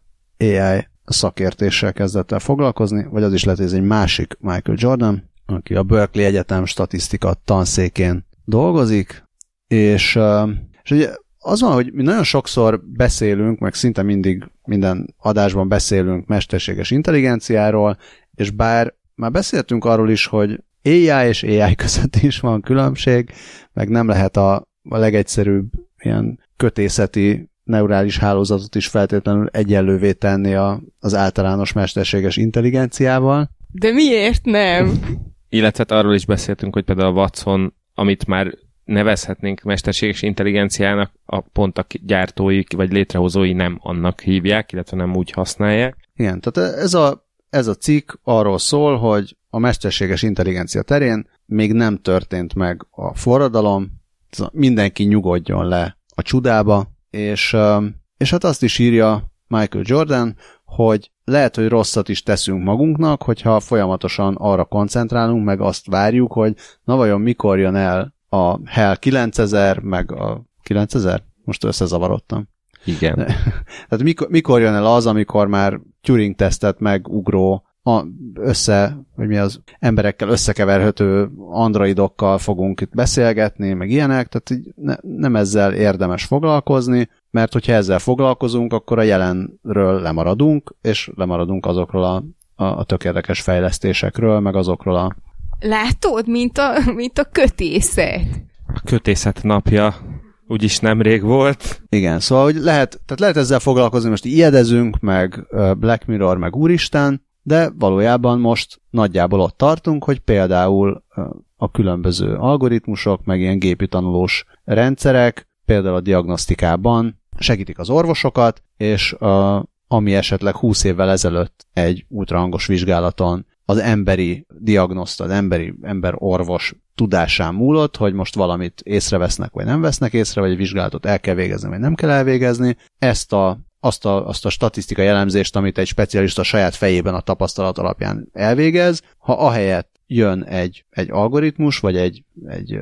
i szakértéssel kezdett el foglalkozni, vagy az is lehet, hogy ez egy másik Michael Jordan, aki a Berkeley Egyetem statisztika tanszékén dolgozik, és, és ugye az van, hogy mi nagyon sokszor beszélünk, meg szinte mindig minden adásban beszélünk mesterséges intelligenciáról, és bár már beszéltünk arról is, hogy á i és á i között is van különbség, meg nem lehet a, a legegyszerűbb ilyen kötészeti neurális hálózatot is feltétlenül egyenlővé tenni a, az általános mesterséges intelligenciával. De miért nem? Illetve arról is beszéltünk, hogy például a Watson, amit már nevezhetnénk mesterséges intelligenciának, a pont a gyártói vagy létrehozói nem annak hívják, illetve nem úgy használják. Igen, tehát ez a, ez a cikk arról szól, hogy a mesterséges intelligencia terén még nem történt meg a forradalom, mindenki nyugodjon le a csudába, és, és hát azt is írja Michael Jordan, hogy lehet, hogy rosszat is teszünk magunknak, hogyha folyamatosan arra koncentrálunk, meg azt várjuk, hogy na vajon mikor jön el a Hell kilencezer, meg a kilencezer? Most összezavarodtam. Igen. De, tehát mikor, mikor jön el az, amikor már Turing-tesztet megugró, a, össze, vagy mi az emberekkel összekeverhető androidokkal fogunk itt beszélgetni, meg ilyenek, tehát így ne, nem ezzel érdemes foglalkozni, mert hogyha ezzel foglalkozunk, akkor a jelenről lemaradunk, és lemaradunk azokról a, a, a tök érdekes fejlesztésekről, meg azokról a... Látod, mint a, mint a kötészet. A kötészet napja úgyis nemrég volt. Igen, szóval hogy lehet, tehát lehet ezzel foglalkozni, most ijedezünk, meg Black Mirror, meg Úristen, de valójában most nagyjából ott tartunk, hogy például a különböző algoritmusok, meg ilyen gépi tanulós rendszerek, például a diagnosztikában segítik az orvosokat, és a, ami esetleg húsz évvel ezelőtt egy ultrahangos vizsgálaton az emberi diagnoszta, az emberi ember-orvos tudásán múlott, hogy most valamit észrevesznek, vagy nem vesznek észre, vagy egy vizsgálatot el kell végezni, vagy nem kell elvégezni. Ezt a Azt a, azt a statisztikai elemzést, amit egy specialista saját fejében a tapasztalat alapján elvégez, ha ahelyett jön egy, egy algoritmus, vagy egy, egy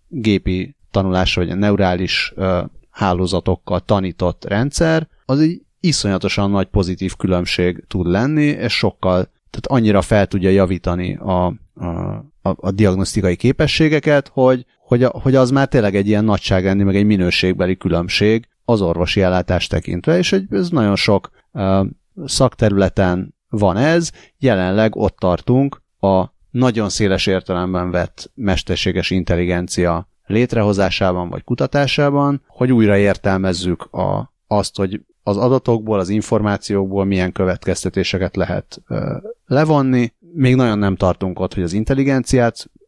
gépi tanulás, vagy neurális uh, hálózatokkal tanított rendszer, az egy iszonyatosan nagy pozitív különbség tud lenni, és sokkal, tehát annyira fel tudja javítani a, a, a, a diagnosztikai képességeket, hogy, hogy, a, hogy az már tényleg egy ilyen nagyságrendi, meg egy minőségbeli különbség az orvosi ellátást tekintve, és ez nagyon sok uh, szakterületen van ez, jelenleg ott tartunk a nagyon széles értelemben vett mesterséges intelligencia létrehozásában vagy kutatásában, hogy újra értelmezzük a, azt, hogy az adatokból, az információkból milyen következtetéseket lehet uh, levonni. Még nagyon nem tartunk ott, hogy az intelligenciát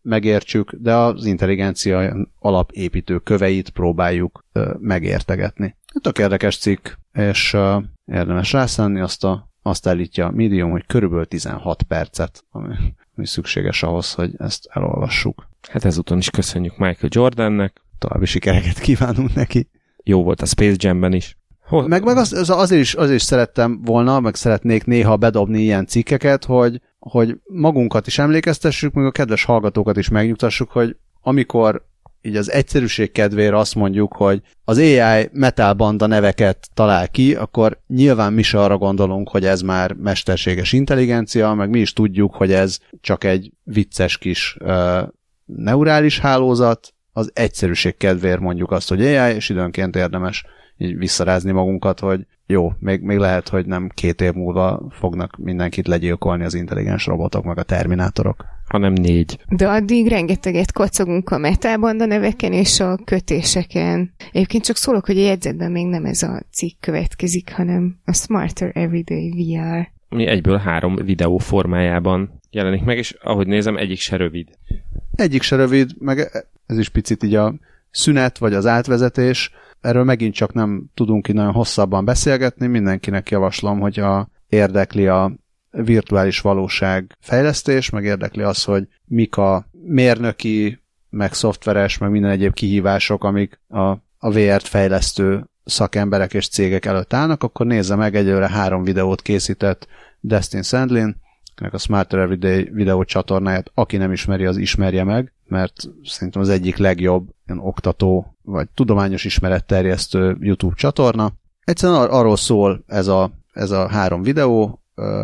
megértsük, de az intelligencia alapépítő köveit próbáljuk ö, megértegetni. Tök érdekes cikk, és ö, érdemes rászánni, azt, a, azt állítja a Medium, hogy körülbelül tizenhat percet, ami, ami szükséges ahhoz, hogy ezt elolvassuk. Hát ezúton is köszönjük Michael Jordannek. További sikereket kívánunk neki. Jó volt a Space Jamben is. Hol? Meg, meg az, az, azért, is, azért is szerettem volna, meg szeretnék néha bedobni ilyen cikkeket, hogy, hogy magunkat is emlékeztessük, meg a kedves hallgatókat is megnyugtassuk, hogy amikor így az egyszerűség kedvére azt mondjuk, hogy az á i Metal Banda neveket talál ki, akkor nyilván mi se arra gondolunk, hogy ez már mesterséges intelligencia, meg mi is tudjuk, hogy ez csak egy vicces kis uh, neurális hálózat, az egyszerűség kedvéért mondjuk azt, hogy á i, és időnként érdemes így visszarázni magunkat, hogy jó, még, még lehet, hogy nem két év múlva fognak mindenkit legyilkolni az intelligens robotok, meg a terminátorok. Hanem négy. De addig rengeteget kocogunk a metalbanda neveken és a kötéseken. Egyébként csak szólok, hogy a jegyzetben még nem ez a cikk következik, hanem a Smarter Everyday vé er. Mi egyből három videó formájában jelenik meg, és ahogy nézem, egyik se rövid. Egyik se rövid, meg ez is picit így a szünet, vagy az átvezetés. Erről megint csak nem tudunk így nagyon hosszabban beszélgetni. Mindenkinek javaslom, hogyha érdekli a virtuális valóság fejlesztés, meg érdekli az, hogy mik a mérnöki, meg szoftveres, meg minden egyéb kihívások, amik a, a vé er-t fejlesztő szakemberek és cégek előtt állnak, akkor nézze meg, egyelőre három videót készített Destin Sandlin, a Smarter Everyday videó csatornáját, aki nem ismeri, az ismerje meg, mert szerintem az egyik legjobb ilyen oktató, vagy tudományos ismeretterjesztő YouTube csatorna. Egyszerűen ar- arról szól ez a, ez a három videó,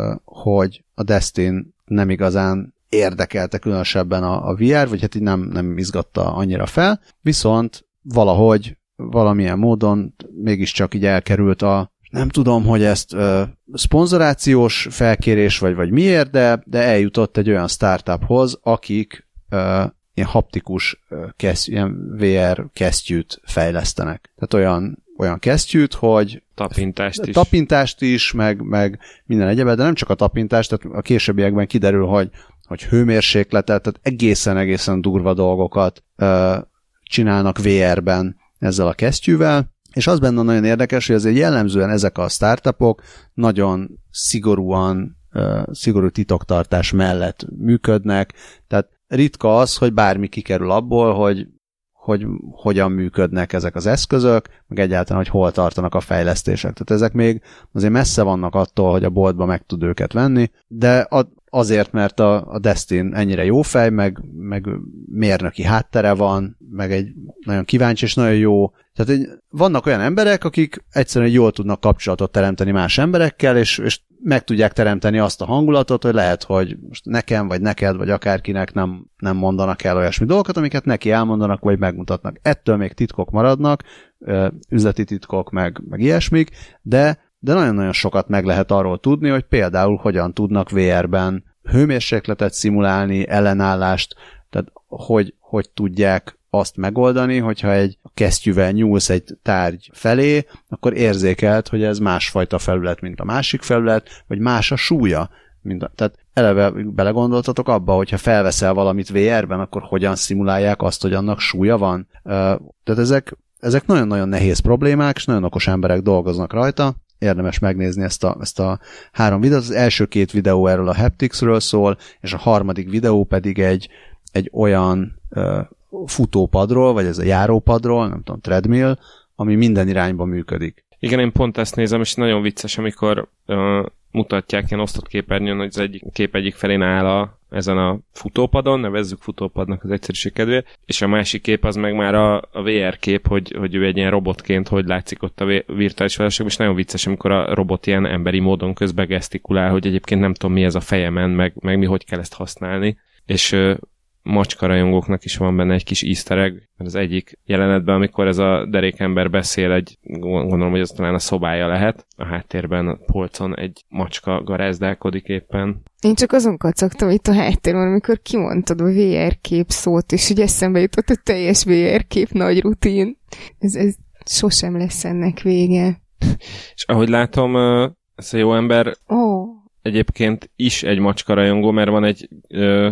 hogy a Destin nem igazán érdekelte különösebben a, a vé er, vagy hát így nem, nem izgatta annyira fel, viszont valahogy, valamilyen módon mégiscsak így elkerült a, nem tudom, hogy ezt uh, szponzorációs felkérés, vagy, vagy miért, de, de eljutott egy olyan startuphoz, akik uh, ilyen haptikus uh, kesz, ilyen vé er kesztyűt fejlesztenek. Tehát olyan, olyan kesztyűt, hogy tapintást is, tapintást is meg, meg minden egyebet, de nem csak a tapintást, tehát a későbbiekben kiderül, hogy, hogy hőmérsékletet, tehát egészen-egészen durva dolgokat uh, csinálnak vé er-ben ezzel a kesztyűvel, és az benne nagyon érdekes, hogy azért jellemzően ezek a startupok nagyon szigorúan, uh, szigorú titoktartás mellett működnek, tehát ritka az, hogy bármi kikerül abból, hogy, hogy hogyan működnek ezek az eszközök, meg egyáltalán, hogy hol tartanak a fejlesztések. Tehát ezek még azért messze vannak attól, hogy a boltba meg tud őket venni, de a, azért, mert a, a Destin ennyire jó fej, meg, meg mérnöki háttere van, meg egy nagyon kíváncsi és nagyon jó. Tehát egy, vannak olyan emberek, akik egyszerűen jól tudnak kapcsolatot teremteni más emberekkel, és, és meg tudják teremteni azt a hangulatot, hogy lehet, hogy most nekem, vagy neked, vagy akárkinek nem, nem mondanak el olyasmi dolgokat, amiket neki elmondanak, vagy megmutatnak. Ettől még titkok maradnak, üzleti titkok, meg, meg ilyesmik, de de nagyon-nagyon sokat meg lehet arról tudni, hogy például hogyan tudnak vé er-ben hőmérsékletet szimulálni, ellenállást, tehát hogy, hogy tudják azt megoldani, hogyha egy kesztyűvel nyúlsz egy tárgy felé, akkor érzékelt, hogy ez másfajta felület, mint a másik felület, vagy más a súlya. Mint a, tehát eleve belegondoltatok abba, hogyha felveszel valamit vé er-ben, akkor hogyan szimulálják azt, hogy annak súlya van. Tehát ezek, ezek nagyon-nagyon nehéz problémák, és nagyon okos emberek dolgoznak rajta. Érdemes megnézni ezt a, ezt a három videót. Az első két videó erről a hapticsről szól, és a harmadik videó pedig egy, egy olyan uh, futópadról, vagy ez a járópadról, nem tudom, treadmill, ami minden irányba működik. Igen, én pont ezt nézem, és nagyon vicces, amikor uh, mutatják ilyen osztott képernyőn, hogy az egyik kép egyik felén áll a, ezen a futópadon, nevezzük futópadnak az egyszerűség kedvéért, és a másik kép az meg már a, a vé er kép, hogy, hogy ő egy ilyen robotként hogy látszik ott a virtuális valóságban, és nagyon vicces, amikor a robot ilyen emberi módon közben gesztikulál, hogy egyébként nem tudom mi ez a fejemen, meg, meg mi hogy kell ezt használni, és uh, macskarajongóknak is van benne egy kis easter egg, mert az egyik jelenetben, amikor ez a derékember beszél, egy, gondolom, hogy az talán a szobája lehet, a háttérben a polcon egy macska garázdálkodik éppen. Én csak azon kacagtam itt a háttérben, amikor kimondtad a vé er kép szót, és ugye eszembe jutott a teljes vé er kép nagy rutin. Ez, ez sosem lesz ennek vége. És ahogy látom, ez a jó ember oh. egyébként is egy macskarajongó, mert van egy ö,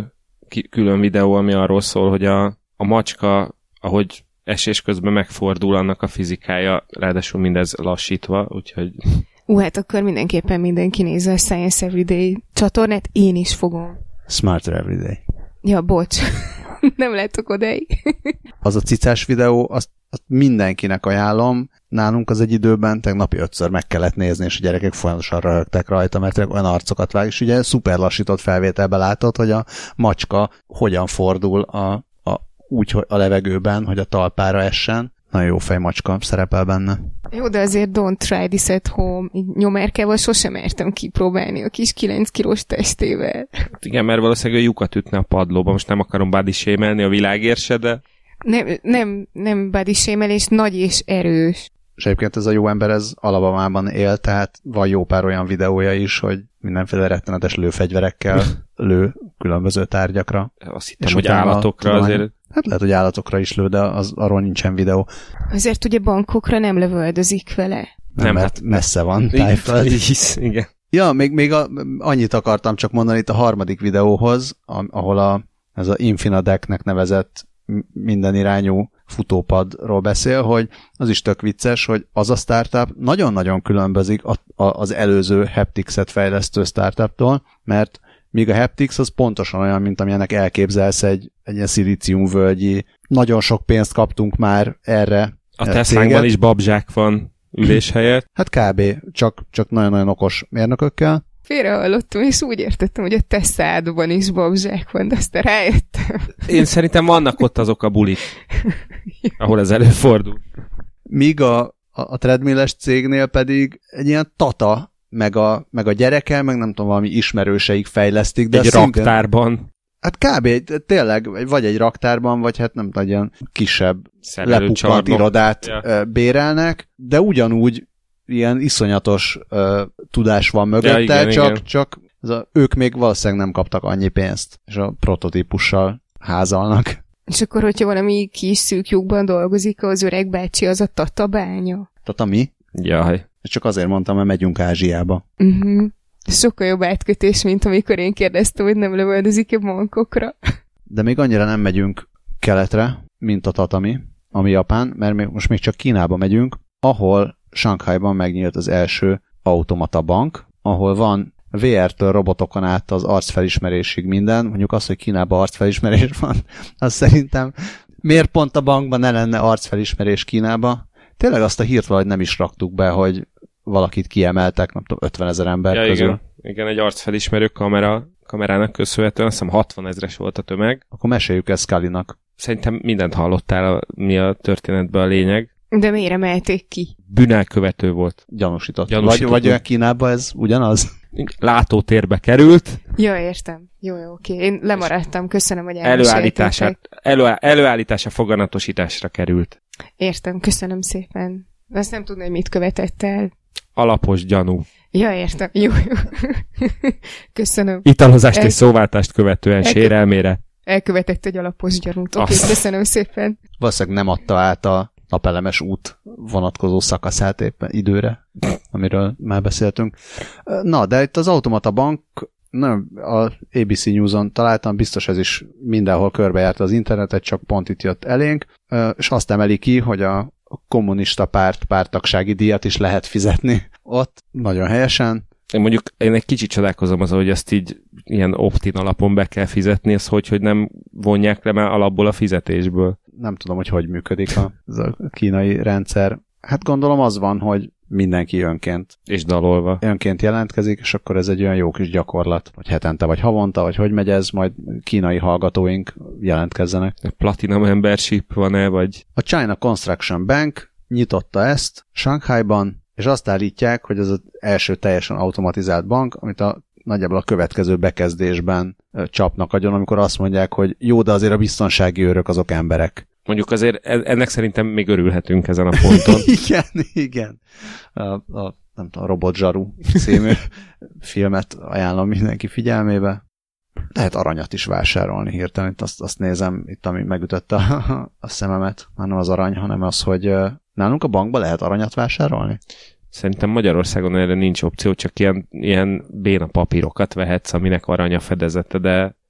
ki- külön videó, ami arról szól, hogy a, a macska, ahogy esés közben megfordul, annak a fizikája, ráadásul mindez lassítva, úgyhogy... Ú, hát akkor mindenképpen mindenki nézze a Science Everyday csatornát, én is fogom. Smarter Everyday. Ja, bocs. Nem látok odáig. Az a cicás videó, azt, azt mindenkinek ajánlom. Nálunk az egy időben tegnapi ötször meg kellett nézni, és a gyerekek folyamatosan röhögtek rajta, mert olyan arcokat vág, és ugye szuper lassított felvételbe látod, hogy a macska hogyan fordul a, a, úgy hogy a levegőben, hogy a talpára essen. Nagyon jó fejmacska szerepel benne. Jó, de azért don't try this at home. Így nyomárkával sosem mertem kipróbálni a kis kilenc kilós testével. Igen, mert valószínűleg ő lyukat ütne a padlóba, most nem akarom body shame-elni a világért se, de... Nem, nem, nem body shame-elés, nagy és erős. És egyébként ez a jó ember, ez Alabamában él, tehát van jó pár olyan videója is, hogy mindenféle rettenetes lőfegyverekkel lő különböző tárgyakra. Azt hittem, hogy állatokra azért... Hát lehet, hogy állatokra is lő, de az, arról nincsen videó. Azért ugye bankokra nem lövöldözik vele. Nem, nem mert hát messze van tájföld. Igen. Ja, még, még a, annyit akartam csak mondani itt a harmadik videóhoz, ahol a, ez a Infinadec-nek nevezett mindenirányú futópadról beszél, hogy az is tök vicces, hogy az a startup nagyon-nagyon különbözik a, a, az előző Haptics-et fejlesztő startuptól, mert míg a Haptics az pontosan olyan, mint amilyennek elképzelsz egy, egy ilyen szilíciumvölgyi. Nagyon sok pénzt kaptunk már erre. A Teslánkban is babzsák van ülés helyett. Hát kb. Csak, csak nagyon-nagyon okos mérnökökkel. Félrehallottam, és úgy értettem, hogy a Tesszádban is babzsák van, de aztán rájöttem. Én szerintem vannak ott azok a bulik, ahol ez előfordul. Míg a, a, a treadmilles cégnél pedig egy ilyen tata, meg a, meg a gyereke, meg nem tudom, valami ismerőseik fejlesztik. De egy szintén, raktárban. Hát kb. Tényleg, vagy egy raktárban, vagy hát nem tudom, ilyen kisebb lepukkant irodát ja. bérelnek, de ugyanúgy ilyen iszonyatos uh, tudás van mögötte, ja, igen, csak, igen. csak ez a, ők még valószínűleg nem kaptak annyi pénzt, és a prototípussal házalnak. És akkor, hogyha valami kis szűk lyukban dolgozik, az öreg bácsi, az a Tata bánya. Tata mi? Jaj. Csak azért mondtam, mert megyünk Ázsiába. Uh-huh. Sokkal jobb átkötés, mint amikor én kérdeztem, hogy nem lövöldözik-e bankokra. De még annyira nem megyünk keletre, mint a Tatami, ami Japán, mert még, most még csak Kínába megyünk, ahol Sanghajban megnyílt az első automata bank, ahol van vé er-től robotokon át az arcfelismerésig minden, mondjuk az, hogy Kínában arcfelismerés van, az szerintem miért pont a bankban ne lenne arcfelismerés Kínába? Tényleg azt a hírt valahogy nem is raktuk be, hogy valakit kiemeltek, nem tudom, ötvenezer ember ja, közül. Igen. igen, egy arcfelismerő kamera, kamerának köszönhetően, azt hiszem hatvan ezres volt a tömeg. Akkor meséljük ezt Scully-nak. Szerintem mindent hallottál, mi a történetben a lényeg. De miért emelték ki? Bűnelkövető volt. Gyanúsított. Gyanúsított. Vagy, vagy Kínában ez ugyanaz? Látótérbe került. Ja, értem. Jó, jó, oké. Én lemaradtam, köszönöm, hogy elmeséltétek. Elő, előállítása foganatosításra került. Értem, köszönöm szépen. Azt nem tudni, hogy mit követett el. Alapos gyanú. Ja, értem. Jó, jó. Köszönöm. Italozást El... és szóváltást követően Elkö... sérelmére. Elkövetett egy alapos gyanút. Oké, okay, köszönöm szépen. Valószínűleg nem adta át a napelemes út vonatkozó szakaszát éppen időre, amiről már beszéltünk. Na, de itt az Automata Bank, nem, a á bé cé News-on találtam, biztos ez is mindenhol körbejárta az internetet, csak pont itt jött elénk, és azt emeli ki, hogy a kommunista párt párttagsági díjat is lehet fizetni ott, nagyon helyesen. Én mondjuk én egy kicsit csodálkozom az, hogy ezt így ilyen opt-in alapon be kell fizetni, ez hogy, hogy nem vonják le már alapból a fizetésből. Nem tudom, hogy hogy működik a, a kínai rendszer. Hát gondolom az van, hogy mindenki önként. És dalolva. Önként jelentkezik, és akkor ez egy olyan jó kis gyakorlat, hogy hetente vagy havonta, vagy hogy megy ez, majd kínai hallgatóink jelentkezzenek. Platinum membership van-e, vagy... A China Construction Bank nyitotta ezt Shanghaiban, és azt állítják, hogy ez az első teljesen automatizált bank, amit a nagyjából a következő bekezdésben csapnak agyon, amikor azt mondják, hogy jó, de azért a biztonsági őrök azok emberek. Mondjuk azért ennek szerintem még örülhetünk ezen a ponton. igen, igen. A, a, nem tudom, a Robot Zsaru című filmet ajánlom mindenki figyelmébe. Lehet aranyat is vásárolni hirtelen. Itt azt, azt nézem, itt ami megütötte a, a szememet. Már nem az arany, hanem az, hogy nálunk a bankban lehet aranyat vásárolni? Szerintem Magyarországon erre nincs opció, csak ilyen, ilyen béna papírokat vehetsz, aminek arany a fedezete, de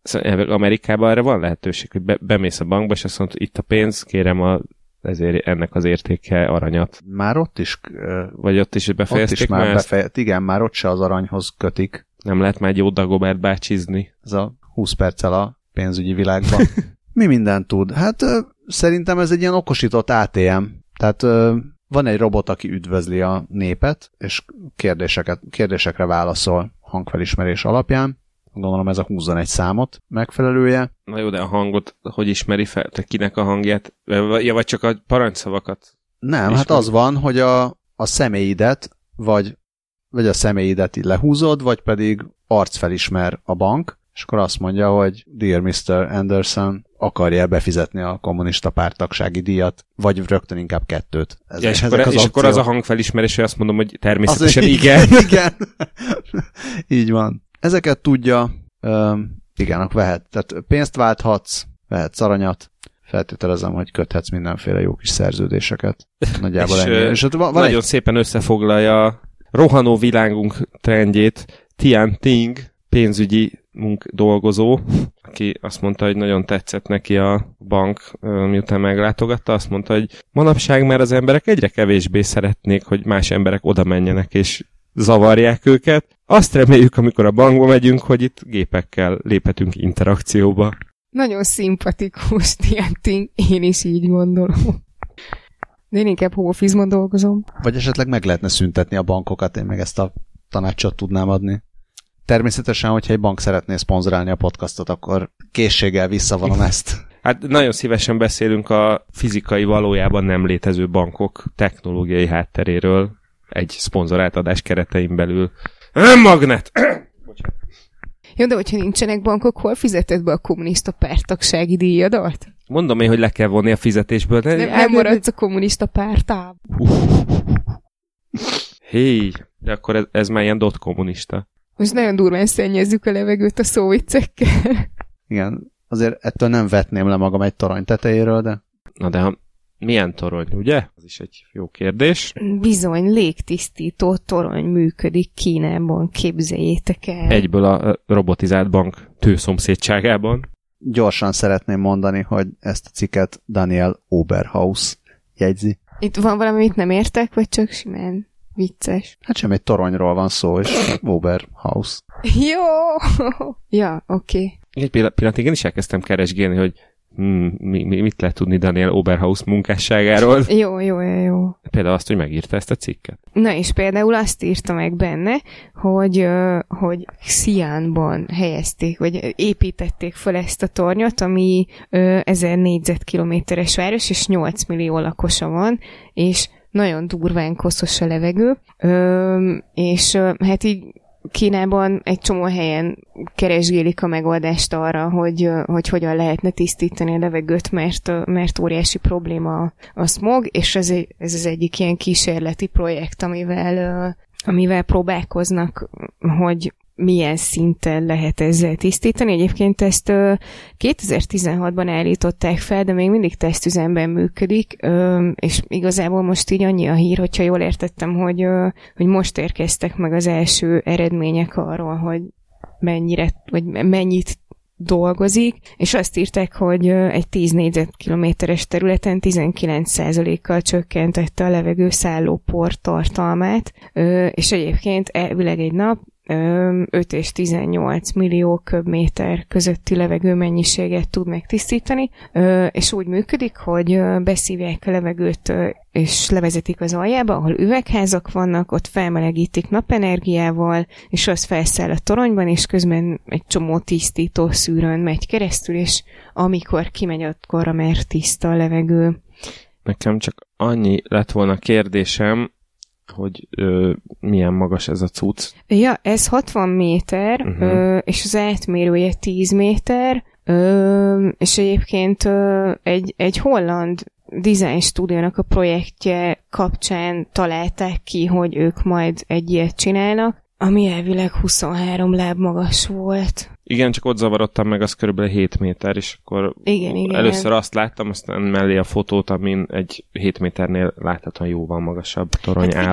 Szóval Amerikában erre van lehetőség, hogy be, bemész a bankba, és azt mondod, itt a pénz, kérem a, ezért ennek az értéke aranyat. Már ott is... Vagy ott is befejezték? Ott is már befejezt, igen, már ott se az aranyhoz kötik. Nem lehet már egy jó Dagobert bácsizni. Ez a húsz perccel a pénzügyi világban. Mi mindent tud? Hát szerintem ez egy ilyen okosított á té em. Tehát van egy robot, aki üdvözli a népet, és kérdéseket, kérdésekre válaszol hangfelismerés alapján. Gondolom ez a húszzonegy számot megfelelője. Na jó, de a hangot hogy ismeri fel? Te kinek a hangját? Ja, vagy csak a parancsszavakat? Nem, ismeri? Hát az van, hogy a, a személyidet, vagy, vagy a személyidet lehúzod, vagy pedig arcfelismer a bank, és akkor azt mondja, hogy Dear miszter Anderson, akarja befizetni a kommunista párttagsági díjat, vagy rögtön inkább kettőt. Ez, ja, és, akkor, az és akkor az a hangfelismerés, hogy azt mondom, hogy természetesen az, igen. Igen. Így van. Ezeket tudja, um, igen, akkor vehet. Tehát pénzt válthatsz, vehetsz aranyat, feltételezem, hogy köthetsz mindenféle jó kis szerződéseket. Nagyjából és, ennyi. És hát van nagyon egy... szépen összefoglalja a rohanó világunk trendjét Tian Ting, pénzügyi munk dolgozó, aki azt mondta, hogy nagyon tetszett neki a bank, miután meglátogatta, azt mondta, hogy manapság már az emberek egyre kevésbé szeretnék, hogy más emberek oda menjenek és zavarják őket. Azt reméljük, amikor a bankba megyünk, hogy itt gépekkel léphetünk interakcióba. Nagyon szimpatikus, Tianting, én is így gondolom. De én inkább home office-ban dolgozom. Vagy esetleg meg lehetne szüntetni a bankokat, én meg ezt a tanácsot tudnám adni. Természetesen, hogyha egy bank szeretné szponzorálni a podcastot, akkor készséggel visszavonom ezt. Hát nagyon szívesen beszélünk a fizikai valójában nem létező bankok technológiai hátteréről egy szponzorált adás keretein belül. Nem magnet! Jó, de hogyha nincsenek bankok, hol fizeted be a kommunista párttagsági díjadat? Mondom én, hogy le kell vonni a fizetésből. De nem, nem maradsz a kommunista pártában. Hé, de akkor ez, ez már ilyen dot kommunista. Most nagyon durván szennyezzük a levegőt a szóviccekkel. Igen, azért ettől nem vetném le magam egy torony tetejéről, de... Na de ha milyen torony, ugye? Az is egy jó kérdés. Bizony, légtisztító torony működik Kínában, képzeljétek el. Egyből a robotizált bank tőszomszédságában. Gyorsan szeretném mondani, hogy ezt a cikket Daniel Oberhaus jegyzi. Itt van valami, amit nem értek, vagy csak simán vicces? Hát sem egy toronyról van szó, és Oberhaus. Jó! Ja, oké. Okay. Egy pillanatig én is elkezdtem keresgélni, hogy Hmm, mi, mi, mit lehet tudni Daniel Oberhaus munkásságáról? Jó, jó, jó, jó. Például azt, hogy megírta ezt a cikket. Na és például azt írta meg benne, hogy, hogy Xi'anban helyezték, vagy építették fel ezt a tornyot, ami ezer négyzetkilométeres város, és nyolc millió lakosa van, és nagyon durván koszos a levegő, és hát így Kínában egy csomó helyen keresgélik a megoldást arra, hogy, hogy hogyan lehetne tisztítani a levegőt, mert, mert óriási probléma a smog, és ez, ez az egyik ilyen kísérleti projekt, amivel, amivel próbálkoznak, hogy milyen szinten lehet ezzel tisztítani. Egyébként ezt kétezer-tizenhatban állították fel, de még mindig tesztüzemben működik, és igazából most így annyi a hír, hogyha jól értettem, hogy, hogy most érkeztek meg az első eredmények arról, hogy mennyire, vagy mennyit dolgozik, és azt írták, hogy egy tíz négyzetkilométeres területen tizenkilenc százalékkal csökkentette a levegő szállópor tartalmát, és egyébként elvileg egy nap öt és tizennyolc millió köbméter közötti levegőmennyiséget tud megtisztítani, és úgy működik, hogy beszívják a levegőt, és levezetik az aljába, ahol üvegházak vannak, ott felmelegítik napenergiával, és az felszáll a toronyban, és közben egy csomó tisztító szűrőn megy keresztül, és amikor kimegy, akkor már tiszta a levegő. Nekem csak annyi lett volna kérdésem, hogy ö, milyen magas ez a cucc. Ja, ez hatvan méter, uh-huh. ö, és az átmérője tíz méter, ö, és egyébként ö, egy, egy holland design stúdiónak a projektje kapcsán találták ki, hogy ők majd egy ilyet csinálnak, ami elvileg huszonhárom láb magas volt. Igen, csak ott zavarodtam meg, az körülbelül hét méter, és akkor igen, igen. először azt láttam, aztán mellé a fotót, amin egy hét méternél láthatóan jóval magasabb torony hát állott.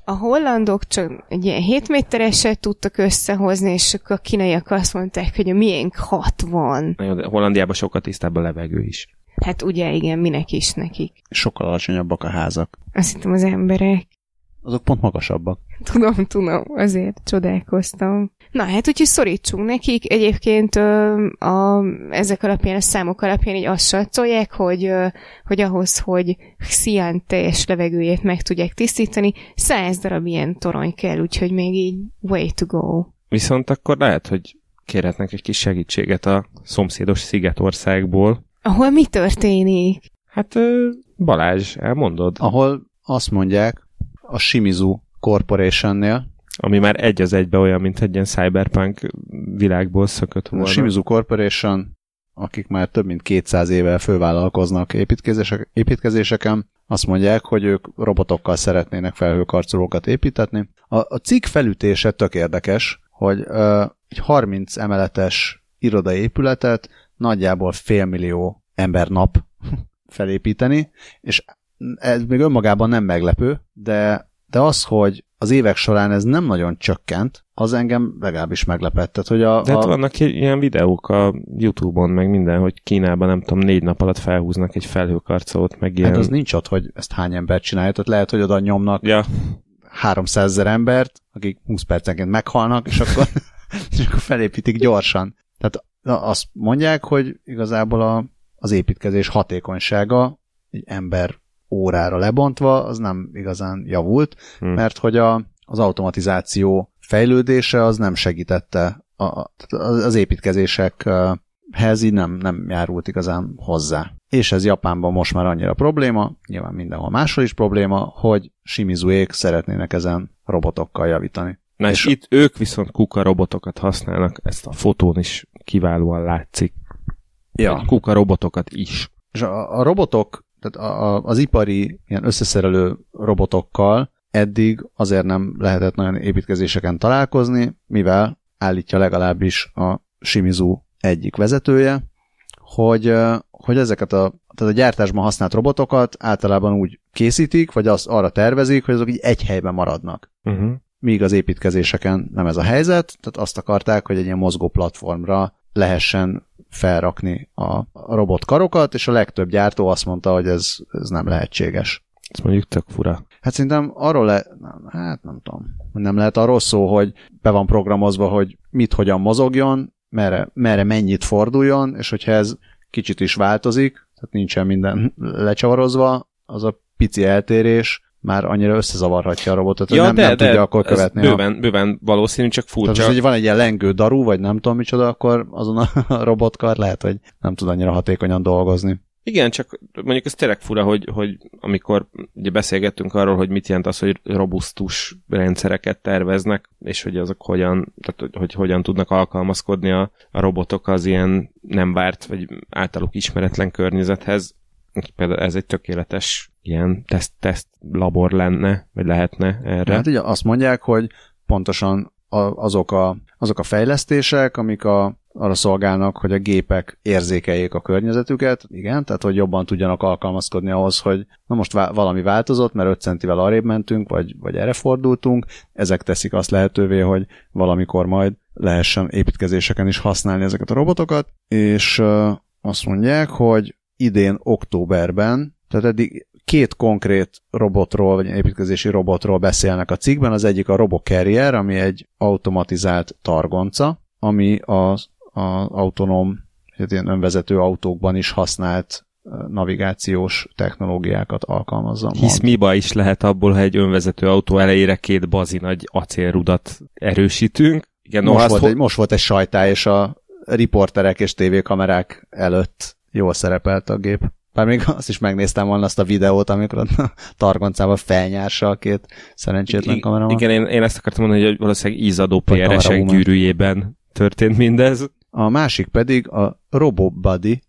A hollandok csak egy ilyen hét métereset tudtak összehozni, és akkor a kínaiak azt mondták, hogy a miénk hatvan. Na jó, de Hollandiában sokkal tisztább a levegő is. Hát ugye igen, minek is nekik. Sokkal alacsonyabbak a házak. Azt hittem az emberek. Azok pont magasabbak. Tudom, tudom, azért csodálkoztam. Na hát, úgyhogy szorítsunk nekik. Egyébként ö, a, ezek alapján, a számok alapján így azt satszolják, hogy, ö, hogy ahhoz, hogy Xi'an teljes levegőjét meg tudják tisztítani, száz darab ilyen torony kell, úgyhogy még így way to go. Viszont akkor lehet, hogy kérhetnek egy kis segítséget a szomszédos Szigetországból. Ahol mi történik? Hát ö, Balázs, elmondod? Ahol azt mondják, a Shimizu Corporationnél, ami már egy az egybe olyan, mint egy ilyen cyberpunk világból szökött volna. A Shimizu Corporation, akik már több mint kétszáz éve fővállalkoznak építkezések, építkezéseken, azt mondják, hogy ők robotokkal szeretnének felhőkarcolókat építetni. A, a cikk felütése tök érdekes, hogy uh, egy harminc emeletes irodai épületet nagyjából félmillió embernap felépíteni, és ez még önmagában nem meglepő, de, de az, hogy az évek során ez nem nagyon csökkent, az engem legalábbis meglepett. Tehát, hogy a, de hát a... vannak ilyen videók a YouTube-on, meg minden, hogy Kínában nem tudom, négy nap alatt felhúznak egy felhőkarcolót, meg ilyen... Hát az nincs ott, hogy ezt hány ember csinálja, tehát lehet, hogy oda nyomnak ja. háromszázezer embert, akik húsz percenként meghalnak, és akkor, és akkor felépítik gyorsan. Tehát azt mondják, hogy igazából a, az építkezés hatékonysága egy ember órára lebontva, az nem igazán javult, hmm. mert hogy a, az automatizáció fejlődése az nem segítette a, a, az építkezésekhez, így nem, nem járult igazán hozzá. És ez Japánban most már annyira probléma, nyilván mindenhol máshol is probléma, hogy Shimizuék szeretnének ezen robotokkal javítani. Na és, és itt ők viszont kuka robotokat használnak, ezt a fotón is kiválóan látszik. Ja. Kuka robotokat is. És a, a robotok, tehát a, a, az ipari ilyen összeszerelő robotokkal eddig azért nem lehetett nagyon építkezéseken találkozni, mivel állítja legalábbis a Shimizu egyik vezetője, hogy, hogy ezeket a, tehát a gyártásban használt robotokat általában úgy készítik, vagy azt arra tervezik, hogy azok így egy helyben maradnak. Uh-huh. Míg az építkezéseken nem ez a helyzet, tehát azt akarták, hogy egy ilyen mozgó platformra lehessen felrakni a, a robotkarokat, és a legtöbb gyártó azt mondta, hogy ez, ez nem lehetséges. Ez mondjuk tök fura. Hát szerintem arról le... Hát nem tudom. Nem lehet arról szó, hogy be van programozva, hogy mit, hogyan mozogjon, merre, merre mennyit forduljon, és hogyha ez kicsit is változik, tehát nincsen minden lecsavarozva, az a pici eltérés már annyira összezavarhatja a robotot, hogy ja, nem, de, nem de tudja akkor követni. Bőven, a... bőven valószínű, csak furcsa. Tehát, hogy van egy ilyen lengő daru, vagy nem tudom micsoda, akkor azon a robotkar lehet, hogy nem tud annyira hatékonyan dolgozni. Igen, csak mondjuk ez tényleg fura, hogy, hogy amikor ugye beszélgettünk arról, hogy mit jelent az, hogy robusztus rendszereket terveznek, és hogy azok hogyan, tehát, hogy, hogy hogyan tudnak alkalmazkodni a, a robotok az ilyen nem várt, vagy általuk ismeretlen környezethez. Például ez egy tökéletes ilyen teszt, teszt labor lenne, vagy lehetne erre. Hát ugye azt mondják, hogy pontosan azok a, azok a fejlesztések, amik a, arra szolgálnak, hogy a gépek érzékeljék a környezetüket, igen, tehát hogy jobban tudjanak alkalmazkodni ahhoz, hogy na most vá- valami változott, mert öt centivel arrébb mentünk, vagy, vagy erre fordultunk, ezek teszik azt lehetővé, hogy valamikor majd lehessen építkezéseken is használni ezeket a robotokat, és uh, azt mondják, hogy idén októberben, tehát eddig két konkrét robotról, vagy építkezési robotról beszélnek a cikkben. Az egyik a RoboCarrier, ami egy automatizált targonca, ami az, az autonóm, ilyen önvezető autókban is használt navigációs technológiákat alkalmazza. Hisz miba is lehet abból, ha egy önvezető autó elejére két bazi nagy acélrudat erősítünk. Igen, most, no, volt ho- egy, most volt egy sajtá, és a riporterek és tévékamerák előtt jól szerepelt a gép. Bár még azt is megnéztem volna azt a videót, amikor a targoncával felnyársa a két szerencsétlen kameraman. Igen, én, én ezt akartam mondani, hogy valószínűleg ízadó pé er esek gyűrűjében történt mindez. A másik pedig a RoboBuddy,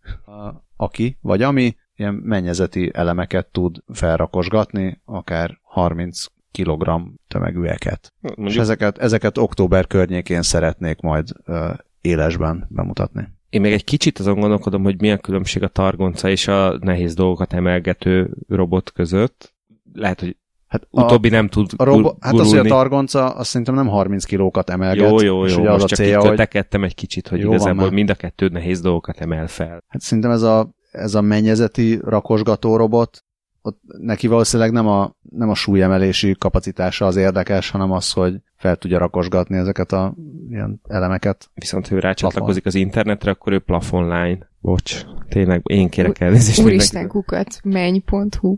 aki, vagy ami ilyen mennyezeti elemeket tud felrakosgatni, akár harminc kilogramm tömegűeket. Mondjuk... És ezeket, ezeket október környékén szeretnék majd uh, élesben bemutatni. Én még egy kicsit azon gondolkodom, hogy mi a különbség a targonca és a nehéz dolgokat emelgető robot között. Lehet, hogy Hát utóbbi nem tud a robo- Hát az, hogy a targonca, azt szerintem nem harminc kilókat emelget. Jó, jó, jó, most az csak célja, így hogy... tekedtem egy kicsit, hogy jó, igazából mind a kettő nehéz dolgokat emel fel. Hát szerintem ez a, ez a mennyezeti rakosgató robot, ott neki valószínűleg nem a, nem a súlyemelési kapacitása az érdekes, hanem az, hogy fel tudja rakosgatni ezeket a ilyen elemeket. Viszont ha ő rácsatlakozik az internetre, akkor ő plafonline. Bocs, tényleg én kérek elnézést. Úristen kukat, menny pont hu.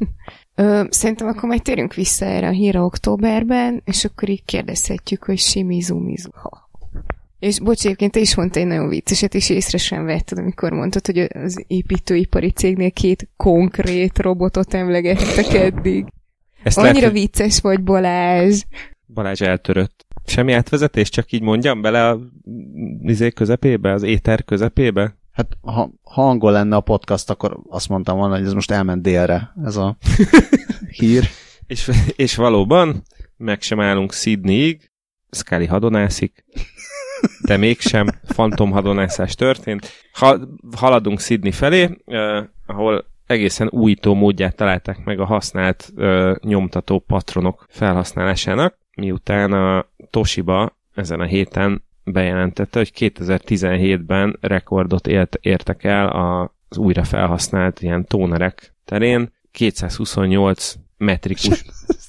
Ö, szerintem akkor majd térjünk vissza erre a hírra októberben, és akkor így kérdezhetjük, hogy Shimizu Mizu. Ha. És bocs, egyébként te is mondtál egy nagyon vicceset, és észre sem vetted, amikor mondtad, hogy az építőipari cégnél két konkrét robotot emlegettek eddig. Ezt Annyira lehet, vicces vagy, Balázs. Balázs eltörött. Semmi átvezetés, csak így mondjam bele a izé közepébe, az éter közepébe? Hát ha, ha angol lenne a podcast, akkor azt mondtam volna, hogy ez most elment délre, ez a hír. És, és valóban, meg sem állunk Sydneyig, Scully hadonászik, de mégsem fantom hadonászás történt. Ha, haladunk Sydney felé, eh, ahol egészen újító módját találták meg a használt eh, nyomtató patronok felhasználásának, miután a Toshiba ezen a héten bejelentette, hogy kétezer-tizenhétben rekordot élt, értek el az újra felhasznált ilyen tónerek terén, kétszázhuszonnyolc metrikus.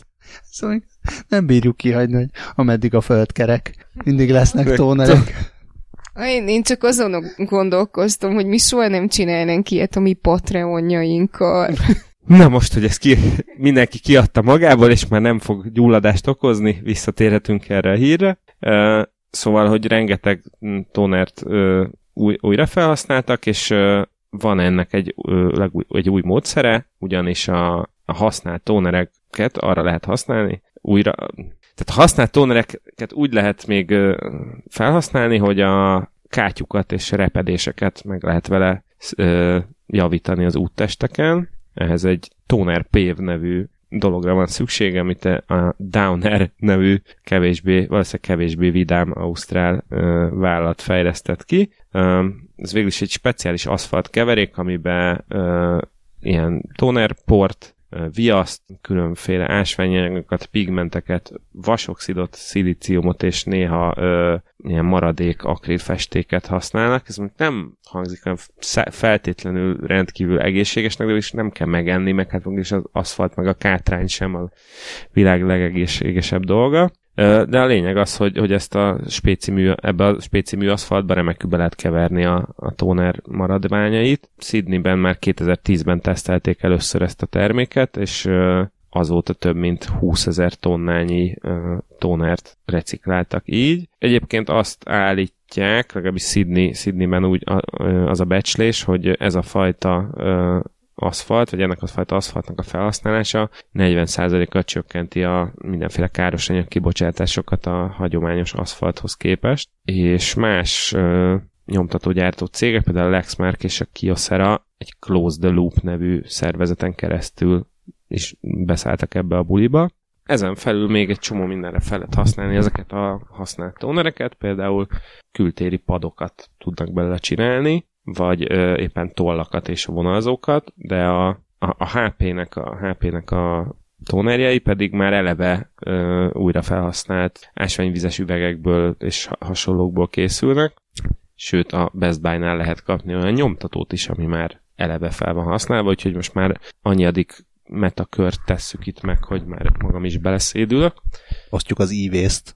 Szóval nem bírjuk kihagyni, hogy ameddig a föld kerek, mindig lesznek tónerek. Én, én csak azon gondolkoztam, hogy mi soha nem csinálnánk ilyet a mi Patreonjainkkal. Na most, hogy ezt ki, mindenki kiadta magából, és már nem fog gyulladást okozni, visszatérhetünk erre a hírre. Uh, szóval, hogy rengeteg tónert uh, új, újra felhasználtak, és uh, van ennek egy, uh, legúj, egy új módszere, ugyanis a, a használt tónereket arra lehet használni, újra, tehát a használt tónereket úgy lehet még uh, felhasználni, hogy a kátyukat és repedéseket meg lehet vele uh, javítani az úttesteken. Ehhez egy Toner Pave nevű dologra van szüksége, amit a Downer nevű kevésbé, valószínűleg kevésbé vidám ausztrál uh, vállalat fejlesztett ki. Uh, ez végül is egy speciális aszfalt keverék, amiben uh, ilyen tónerport, uh, viaszt, különféle ásványanyagokat, pigmenteket, vasoxidot, szilíciumot és néha uh, ilyen maradék akrilfestéket használnak. Ez nem hangzik olyan feltétlenül rendkívül egészségesnek, de is nem kell megenni, meg hát is az aszfalt, meg a kátrány sem a világ legegészségesebb dolga. De a lényeg az, hogy, hogy ezt a spécimű, ebbe a spécimű aszfaltba remekül be lehet keverni a, a tóner maradványait. Sydneyben már kétezer-tízben tesztelték először ezt a terméket, és azóta több mint húszezer tonnányi uh, tónert recikláltak így. Egyébként azt állítják, legalábbis Sydney, Sydneyben úgy a, az a becslés, hogy ez a fajta uh, aszfalt, vagy ennek a fajta aszfaltnak a felhasználása negyven százalékkal csökkenti a mindenféle káros anyag kibocsátásokat a hagyományos aszfalthoz képest, és más uh, nyomtatógyártó cégek, például a Lexmark és a Kyocera egy Close the Loop nevű szervezeten keresztül is beszálltak ebbe a buliba. Ezen felül még egy csomó mindenre fel lehet használni ezeket a használt tónereket, például kültéri padokat tudnak belőle csinálni, vagy ö, éppen tollakat és vonalzókat, de a, a, a há pének a, há pének a tónerjei pedig már eleve ö, újra felhasznált ásványvizes üvegekből és hasonlókból készülnek, sőt a Best Buy-nál lehet kapni olyan nyomtatót is, ami már eleve fel van használva, úgyhogy most már annyiadik metakört tesszük itt meg, hogy már magam is beleszédülök. Osztjuk az e-waste-t.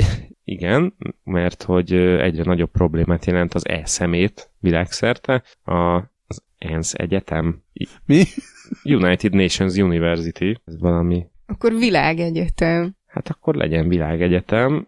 Igen, mert hogy egyre nagyobb problémát jelent az e-szemét világszerte. A, az e en es egyetem. Mi? United Nations University. Ez valami... Akkor világegyetem. Hát akkor legyen világegyetem.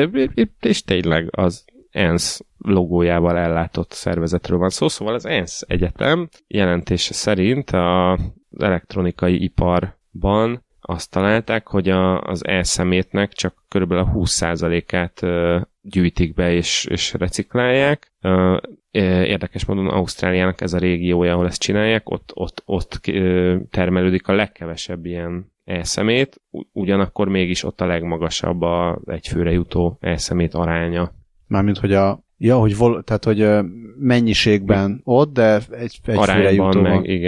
És tényleg az e en es logójával ellátott szervezetről van szó. Szóval az e en es egyetem jelentése szerint a az elektronikai iparban azt találták, hogy a, az e-szemétnek csak körülbelül a húsz százalékát ö, gyűjtik be és, és reciklálják. Ö, érdekes módon Ausztráliának ez a régiója, ahol ezt csinálják, ott, ott, ott ö, termelődik a legkevesebb ilyen e-szemét, ugyanakkor mégis ott a legmagasabb a egyfőre jutó e-szemét aránya. Mármint, hogy a Ja, hogy vol- tehát, hogy mennyiségben ott, de egy, egy arányban meg, igen.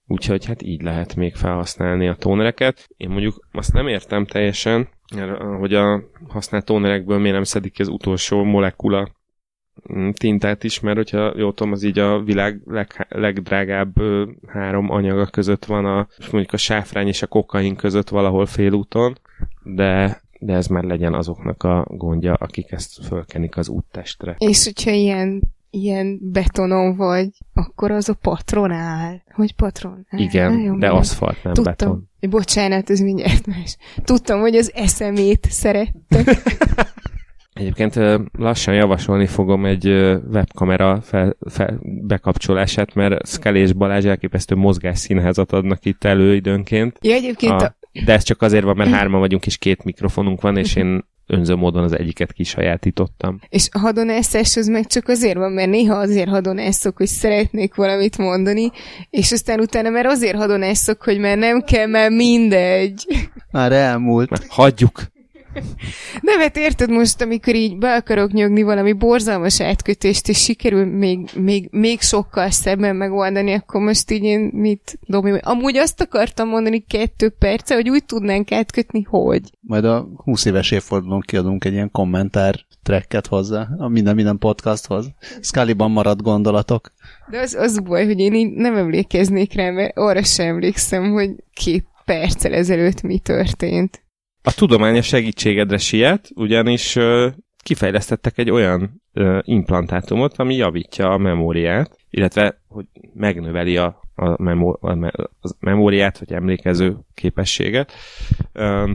úgyhogy hát így lehet még felhasználni a tónereket. Én mondjuk azt nem értem teljesen, hogy a használt tónerekből miért nem szedik ki az utolsó molekula tintát is, mert hogyha jól tudom, az így a világ leg, legdrágább három anyaga között van, a, mondjuk a sáfrány és a kokain között valahol félúton, de, de ez már legyen azoknak a gondja, akik ezt fölkenik az úttestre. És hogyha ilyen, ilyen betonon vagy, akkor az a patron áll. Hogy patron? Áll. Igen, Á, jó, de aszfalt, nem Tudtam. beton. Bocsánat, ez mindjárt más. Tudtam, hogy az eszemét szerettek. Egyébként lassan javasolni fogom egy webkamera fel, fel, bekapcsolását, mert Scully és Balázs elképesztő mozgásszínházat adnak itt elő időnként. Ja, egyébként a, a... De ez csak azért van, mert hárman vagyunk, és két mikrofonunk van, és én önző módon az egyiket kisajátítottam. És a hadonászás az meg csak azért van, mert néha azért hadonászok, hogy szeretnék valamit mondani, és aztán utána már azért hadonászok, hogy már nem kell, már mindegy. Már elmúlt. Már hagyjuk. Nem, hát érted most, amikor így be akarok nyögni valami borzalmas átkötést, és sikerül még, még, még sokkal szebben megoldani, akkor most így én mit dobjam? Amúgy azt akartam mondani kettő perce, hogy úgy tudnánk átkötni, hogy. Majd a húsz éves évfordulón kiadunk egy ilyen kommentár tracket hozzá, a minden-minden podcasthoz. Scullyban maradt gondolatok. De az, az baj, hogy én így nem emlékeznék rá, mert arra sem emlékszem, hogy két perccel ezelőtt mi történt. A tudomány a segítségedre siet, ugyanis uh, kifejlesztettek egy olyan uh, implantátumot, ami javítja a memóriát, illetve hogy megnöveli a, a, memó, a, me, a memóriát, vagy emlékező képességet. Um,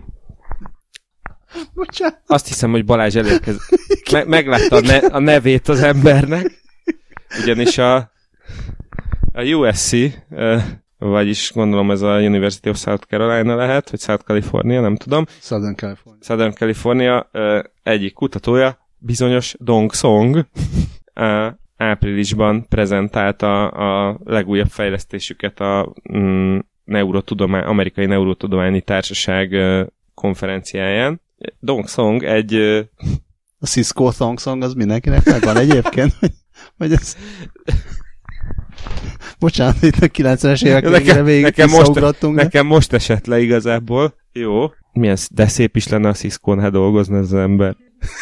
azt hiszem, hogy Balázs elérkez... Me, meglátta a, ne, a nevét az embernek, ugyanis a, a U S C... Uh, vagyis gondolom ez a University of South Carolina lehet, vagy South California, nem tudom. Southern California. Southern California uh, egyik kutatója, bizonyos Dong Song, uh, áprilisban prezentálta a legújabb fejlesztésüket a um, neurotudomány, Amerikai Neurotudományi Társaság uh, konferenciáján. Dong Song egy... Uh, a Cisco Thong Song az mindenkinek megvan egyébként, vagy ez... Bocsánat, itt a kilencvenes évek végére végig nekem most, nekem most esett le igazából. Jó. Milyen, de szép is lenne a Cisco-n, dolgozni ez az ember.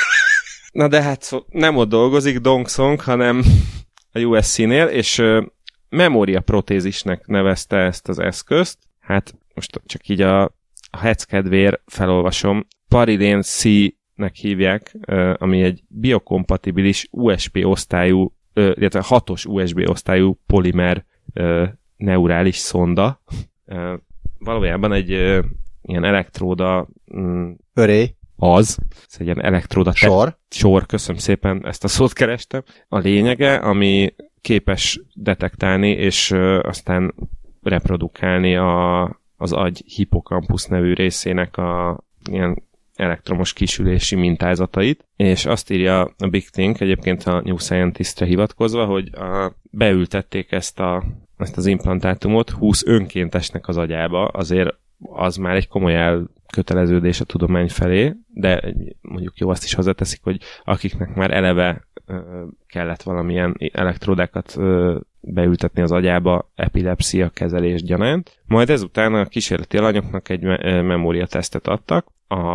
Na de hát szó, nem ott dolgozik Dong Song, hanem a U S C-nél, és uh, memória protézisnek nevezte ezt az eszközt. Hát most csak így a, a hec kedvéért felolvasom. Paridén C-nek hívják, uh, ami egy biokompatibilis U S B osztályú illetve hatos U S B osztályú polimer uh, neurális szonda. Uh, valójában egy uh, ilyen elektróda um, örély. Az. Ez egy ilyen elektróda te- sor. Sor, köszönöm szépen, ezt a szót kerestem. A lényege, ami képes detektálni, és uh, aztán reprodukálni a, az agy hippocampus nevű részének a ilyen elektromos kisülési mintázatait, és azt írja a Big Think, egyébként a New Scientist-re hivatkozva, hogy a, beültették ezt, a, ezt az implantátumot húsz önkéntesnek az agyába, azért az már egy komoly elköteleződés a tudomány felé, de mondjuk jó, azt is hozzáteszik, hogy akiknek már eleve ö, kellett valamilyen elektródákat ö, beültetni az agyába epilepszia kezelés gyanánt. Majd ezután a kísérleti alanyoknak egy me- memóriatesztet adtak,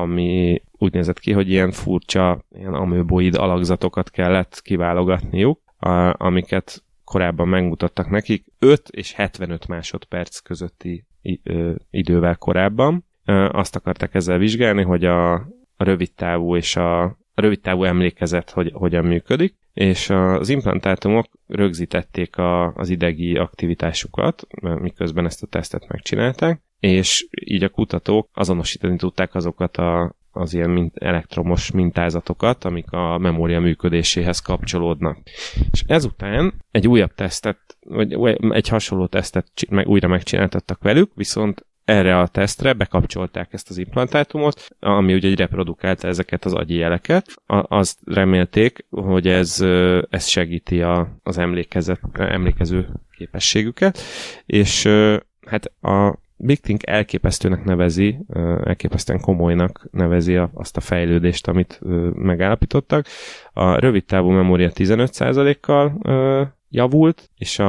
ami úgy nézett ki, hogy ilyen furcsa, ilyen amöboid alakzatokat kellett kiválogatniuk, a, amiket korábban megmutattak nekik öt és hetvenöt másodperc közötti i, ö, idővel korábban. Ö, azt akarták ezzel vizsgálni, hogy a, a rövidtávú és a, a rövidtávú emlékezet hogy, hogyan működik, és az implantátumok rögzítették a, az idegi aktivitásukat, miközben ezt a tesztet megcsinálták, és így a kutatók azonosítani tudták azokat a, az ilyen mint elektromos mintázatokat, amik a memória működéséhez kapcsolódnak. És ezután egy újabb tesztet, vagy egy hasonló tesztet meg, újra megcsináltattak velük, viszont erre a tesztre bekapcsolták ezt az implantátumot, ami ugye reprodukálta ezeket az agyi jeleket. A, azt remélték, hogy ez, ez segíti a, az emlékezet, emlékező képességüket, és hát a Big Think elképesztőnek nevezi, elképesztően komolynak nevezi azt a fejlődést, amit megállapítottak. A rövidtávú memória tizenöt százalékkal javult, és a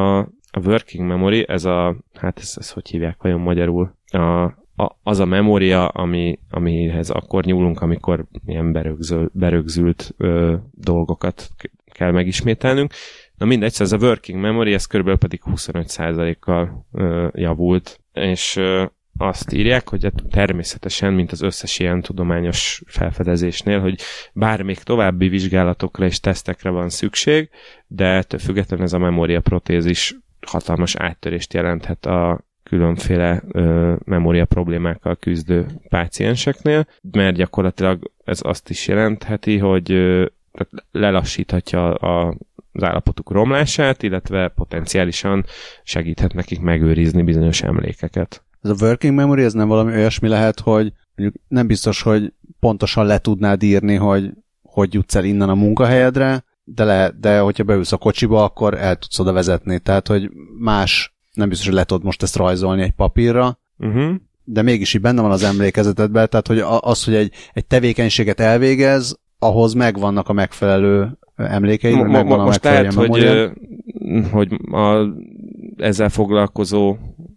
a working memory, ez a, hát ezt, ezt hogy hívják vajon magyarul? A, a, az a memória, ami, amihez akkor nyúlunk, amikor ilyen berögzül, berögzült ö, dolgokat kell megismételnünk. Na mindegy, ez a working memory, ez körülbelül pedig huszonöt százalékkal ö, javult, és ö, azt írják, hogy természetesen, mint az összes ilyen tudományos felfedezésnél, hogy bár még további vizsgálatokra és tesztekre van szükség, de ettől függetlenül ez a memóriaprotézis hatalmas áttörést jelenthet a különféle ö, memória problémákkal küzdő pácienseknél, mert gyakorlatilag ez azt is jelentheti, hogy ö, lelassíthatja a az állapotuk romlását, illetve potenciálisan segíthet nekik megőrizni bizonyos emlékeket. Ez a working memory, ez nem valami olyasmi lehet, hogy mondjuk nem biztos, hogy pontosan le tudnád írni, hogy hogy jutsz el innen a munkahelyedre, de, le, de hogyha beülsz a kocsiba, akkor el tudsz oda vezetni. Tehát, hogy más, nem biztos, hogy le tudod most ezt rajzolni egy papírra, uh-huh. de mégis így benne van az emlékezetedben, tehát, hogy az, hogy egy, egy tevékenységet elvégez, ahhoz megvannak a megfelelő emlékeid, mo- megvan mo- a most megfelelő lehet, memória. hogy, hogy a, ezzel foglalkozó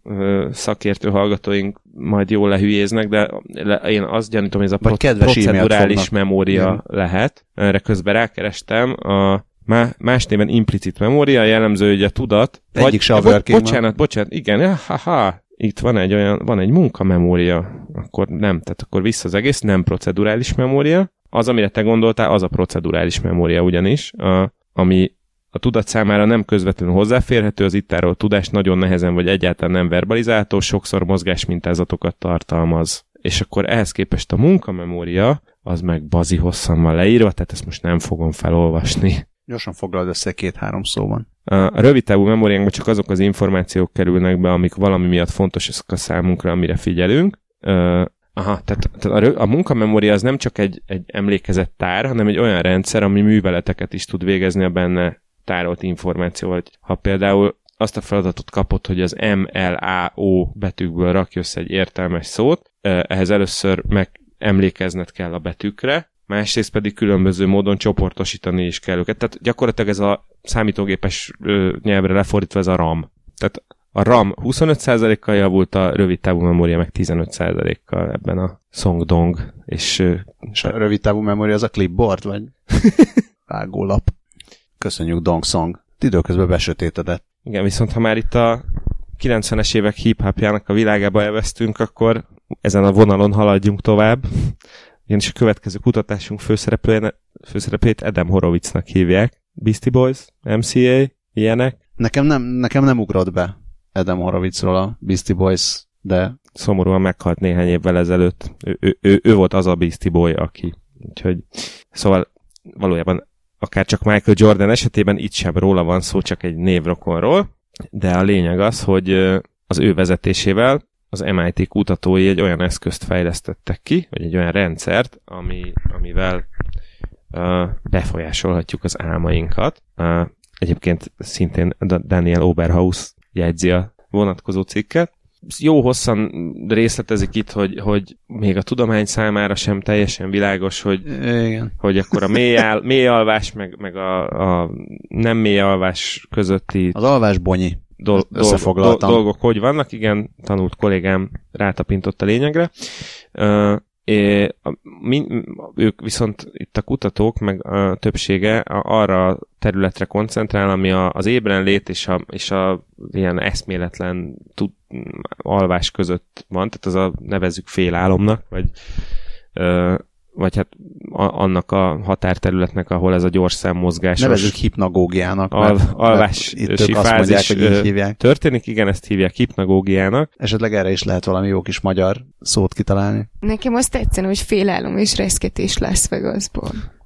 szakértő hallgatóink majd jól lehülyéznek, de én azt gyanítom, hogy ez a pro- procedurális memória igen. lehet. Erre közben rákerestem, a más néven implicit memória, jellemző, hogy a tudat. Egyik vagy, se a bo- bocsánat, bocsánat, igen, haha, itt van egy olyan, van egy munkamemória, akkor nem, tehát akkor vissza az egész, nem procedurális memória. Az, amire te gondoltál, az a procedurális memória ugyanis, a, ami a tudat számára nem közvetlenül hozzáférhető, az itt arról tudás nagyon nehezen vagy egyáltalán nem verbalizálható, sokszor mozgásmintázatokat tartalmaz. És akkor ehhez képest a munkamemória, az meg bazi hosszan van leírva, tehát ezt most nem fogom felolvasni. Gyorsan foglald össze két-három szóban. A rövidtávú memóriánkban csak azok az információk kerülnek be, amik valami miatt fontosak a számunkra, amire figyelünk. Aha, tehát, tehát a, a munkamemória az nem csak egy, egy emlékezettár, hanem egy olyan rendszer, ami műveleteket is tud végezni a benne tárolt információval. Ha például azt a feladatot kapod, hogy az M L A O betűkből rakj össze egy értelmes szót, ehhez először meg emlékezned kell a betűkre, másrészt pedig különböző módon csoportosítani is kell őket. Tehát gyakorlatilag ez a számítógépes nyelvre lefordítva ez a RAM. Tehát a RAM huszonöt százalékkal javult, a rövidtávú memória meg tizenöt százalékkal ebben a Songdong. És, és a rövidtávú memória az a clipboard, vagy vágólap. Köszönjük Dongsong. Időközben besötétedett. Igen, viszont ha már itt a kilencvenes évek hip-hopjának a világába elvesztünk, akkor ezen a vonalon haladjunk tovább. Ugyanis a következő kutatásunk főszereplőjét Adam Horowitznak hívják. Beastie Boys, M C A, ilyenek. Nekem nem, nekem nem ugrott be Adam Horowitzról a Beastie Boys, de... Szomorúan meghalt néhány évvel ezelőtt. Ő, ő, ő, ő volt az a Beastie Boy, aki. Úgyhogy, szóval valójában akár csak Michael Jordan esetében itt sem róla van szó, csak egy névrokonról, de a lényeg az, hogy az ő vezetésével az M I T kutatói egy olyan eszközt fejlesztettek ki, vagy egy olyan rendszert, ami, amivel uh, befolyásolhatjuk az álmainkat. Uh, egyébként szintén Daniel Oberhaus jegyzi a vonatkozó cikket. Jó hosszan részletezik itt, hogy, hogy még a tudomány számára sem teljesen világos, hogy, igen. hogy akkor a mély, áll, mély alvás, meg, meg a, a nem mély alvás közötti az alvás bonyi. Dol- dolgok, dolgok hogy vannak. Igen, tanult kollégám rátapintott a lényegre. Uh, É, a, mi, ők viszont itt a kutatók, meg a többsége arra a területre koncentrál, ami a, az ébrenlét és a, és a ilyen eszméletlen tud, alvás között van, tehát az a nevezzük félálomnak, vagy, ö, vagy hát a, annak a határterületnek, ahol ez a gyors számmozgásos... Nevezzük hipnagógiának. Al, alvási fázis történik, igen, ezt hívják hipnagógiának. Esetleg erre is lehet valami jó kis magyar szót kitalálni. Nekem azt tetszene, hogy félálom és reszketés Las Vegasból.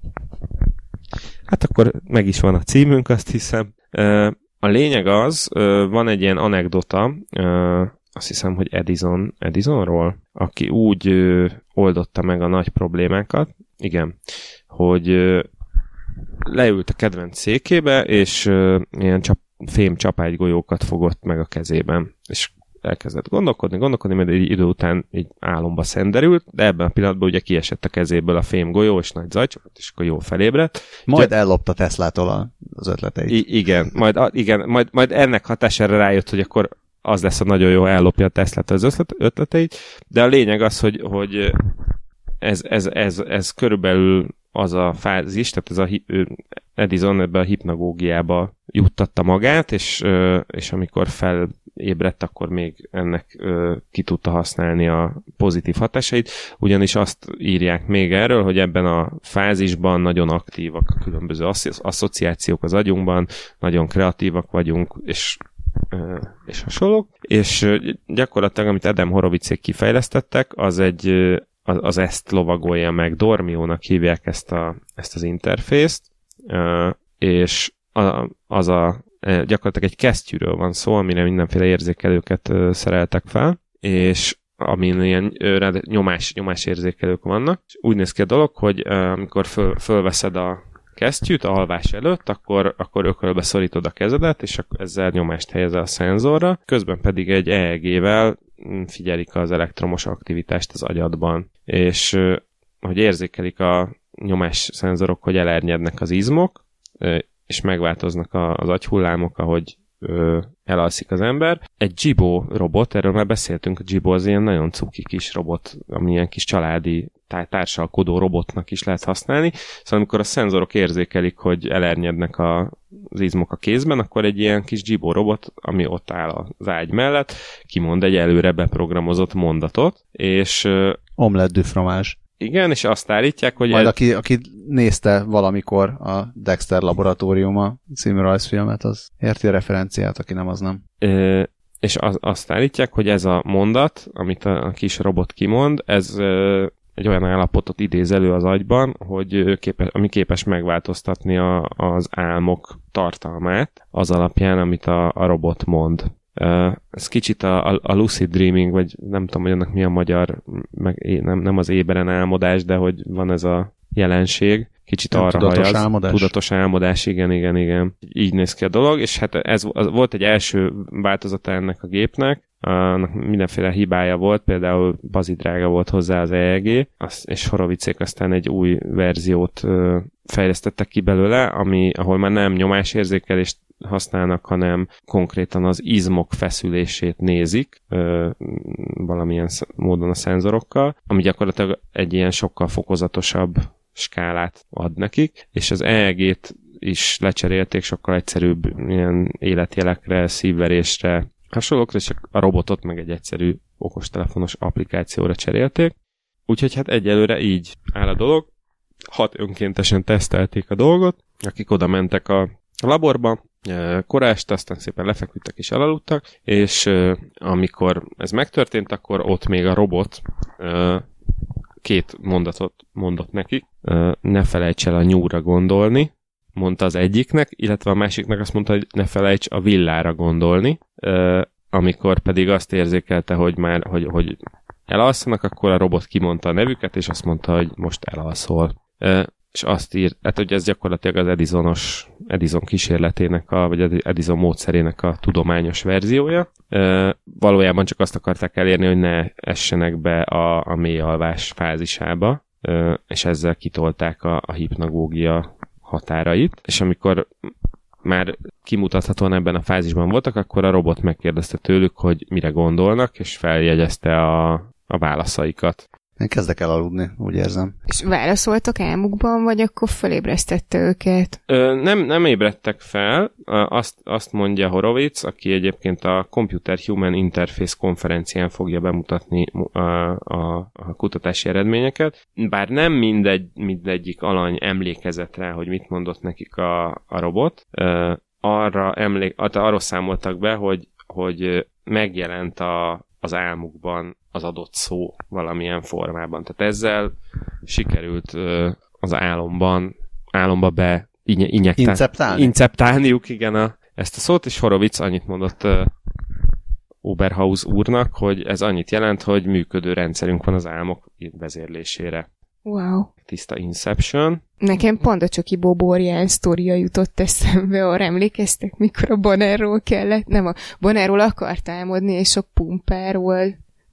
Hát akkor meg is van a címünk, azt hiszem. A lényeg az, van egy ilyen anekdota, azt hiszem, hogy Edison, Edisonról, aki úgy ö, oldotta meg a nagy problémákat, igen, hogy ö, leült a kedvenc székébe, és ö, ilyen csap, fém csapágygolyókat fogott meg a kezében, és elkezdett gondolkodni, gondolkodni, mert egy idő után egy álomba szenderült, de ebben a pillanatban ugye kiesett a kezéből a fém golyó, és nagy zajcsokot, és akkor jól felébredt. Majd ugye, ellopta Teslától a az ötleteit. I- igen, majd, a, igen majd, majd ennek hatására rájött, hogy akkor az lesz a nagyon jó, ellopja a Teslát az ötlet, ötleteit, de a lényeg az, hogy, hogy ez, ez, ez, ez körülbelül az a fázis, tehát ez a Edison ebbe a hipnagógiába juttatta magát, és, és amikor felébredt, akkor még ennek ki tudta használni a pozitív hatásait, ugyanis azt írják még erről, hogy ebben a fázisban nagyon aktívak a különböző asszociációk az agyunkban, nagyon kreatívak vagyunk, és és hasonlók, és gyakorlatilag, amit Adam Horowitz-ék kifejlesztettek, az egy az, az ezt lovagolja meg, Dormiónak hívják ezt, a, ezt az interfészt, és a, az a gyakorlatilag egy kesztyűről van szó, amire mindenféle érzékelőket szereltek fel, és amin ilyen nyomás, nyomásérzékelők vannak. Úgy néz ki a dolog, hogy amikor föl, fölveszed a kesztyűt a alvás előtt, akkor, akkor ökölbe szorítod a kezedet, és ezzel nyomást helyezel a szenzorra, közben pedig egy é e gé-vel figyelik az elektromos aktivitást az agyadban. És hogy érzékelik a nyomás szenzorok, hogy elernyednek az izmok, és megváltoznak az agyhullámok, ahogy elalszik az ember. Egy Jibo robot, erről már beszéltünk, a Jibo az ilyen nagyon cuki kis robot, ami ilyen kis családi társalkodó robotnak is lehet használni. Szóval amikor a szenzorok érzékelik, hogy elernyednek a, az izmok a kézben, akkor egy ilyen kis Jibo robot, ami ott áll az ágy mellett, kimond egy előre beprogramozott mondatot, és... Omelette du fromage. Igen, és azt állítják, hogy... Majd ez... aki, aki nézte valamikor a Dexter Laboratóriuma című rajzfilmet, az érti a referenciát, aki nem, az nem. Ö, és az, azt állítják, hogy ez a mondat, amit a, a kis robot kimond, ez ö, egy olyan állapotot idéz elő az agyban, hogy képes, ami képes megváltoztatni a, az álmok tartalmát az alapján, amit a, a robot mond. Uh, ez kicsit a, a, a lucid dreaming, vagy nem tudom, hogy annak mi a magyar, meg nem, nem az éberen álmodás, de hogy van ez a jelenség. Kicsit nem, arra tudatos hajaz. Álmodás. Tudatos álmodás, igen, igen, igen. Így néz ki a dolog, és hát ez volt egy első változata ennek a gépnek, annak mindenféle hibája volt, például bazidrága volt hozzá az é e gé, és Horowitzék aztán egy új verziót ö, fejlesztettek ki belőle, ami, ahol már nem nyomásérzékelést használnak, hanem konkrétan az izmok feszülését nézik ö, valamilyen módon a szenzorokkal, ami gyakorlatilag egy ilyen sokkal fokozatosabb skálát ad nekik, és az é e gét is lecserélték sokkal egyszerűbb ilyen életjelekre, szívverésre, hasonlókra, és a robotot meg egy egyszerű okostelefonos applikációra cserélték. Úgyhogy hát egyelőre így áll a dolog. Hat önkéntesen tesztelték a dolgot, akik oda mentek a laborba, kora este, aztán szépen lefeküdtek és elaludtak, és amikor ez megtörtént, akkor ott még a robot két mondatot mondott nekik. Ne felejts el a nyúra gondolni, mondta az egyiknek, illetve a másiknak azt mondta, hogy ne felejts a villára gondolni, amikor pedig azt érzékelte, hogy már hogy, hogy elalszanak, akkor a robot kimondta a nevüket, és azt mondta, hogy most elalszol. És azt írt, hát ugye ez gyakorlatilag az Edisonos, Edison kísérletének, a, vagy Edison módszerének a tudományos verziója. E, valójában csak azt akarták elérni, hogy ne essenek be a, a mély alvás fázisába, e, és ezzel kitolták a, a hipnagógia határait, és amikor már kimutathatóan ebben a fázisban voltak, akkor a robot megkérdezte tőlük, hogy mire gondolnak, és feljegyezte a, a válaszaikat. Én kezdek el aludni, úgy érzem. És válaszoltak álmukban, vagy akkor felébresztette őket? Ö, nem, nem ébredtek fel. Azt, azt mondja Horowitz, aki egyébként a Computer Human Interface konferencián fogja bemutatni a, a, a kutatási eredményeket. Bár nem mindegy, mindegyik alany emlékezett rá, hogy mit mondott nekik a, a robot. Ö, arra, emlék, arra számoltak be, hogy, hogy megjelent a, az álmukban az adott szó valamilyen formában. Tehát ezzel sikerült ö, az álomban, álomba be inyektál, inceptálni. inceptálniuk, igen, a, ezt a szót, és Horowitz annyit mondott ö, Oberhaus úrnak, hogy ez annyit jelent, hogy működő rendszerünk van az álmok vezérlésére. Wow. Tiszta Inception. Nekem pont a Csoki Boborján sztoria jutott eszembe, arra emlékeztek, mikor a Bonnerról kellett, nem, a Bonnerról akart álmodni, és a pumpáról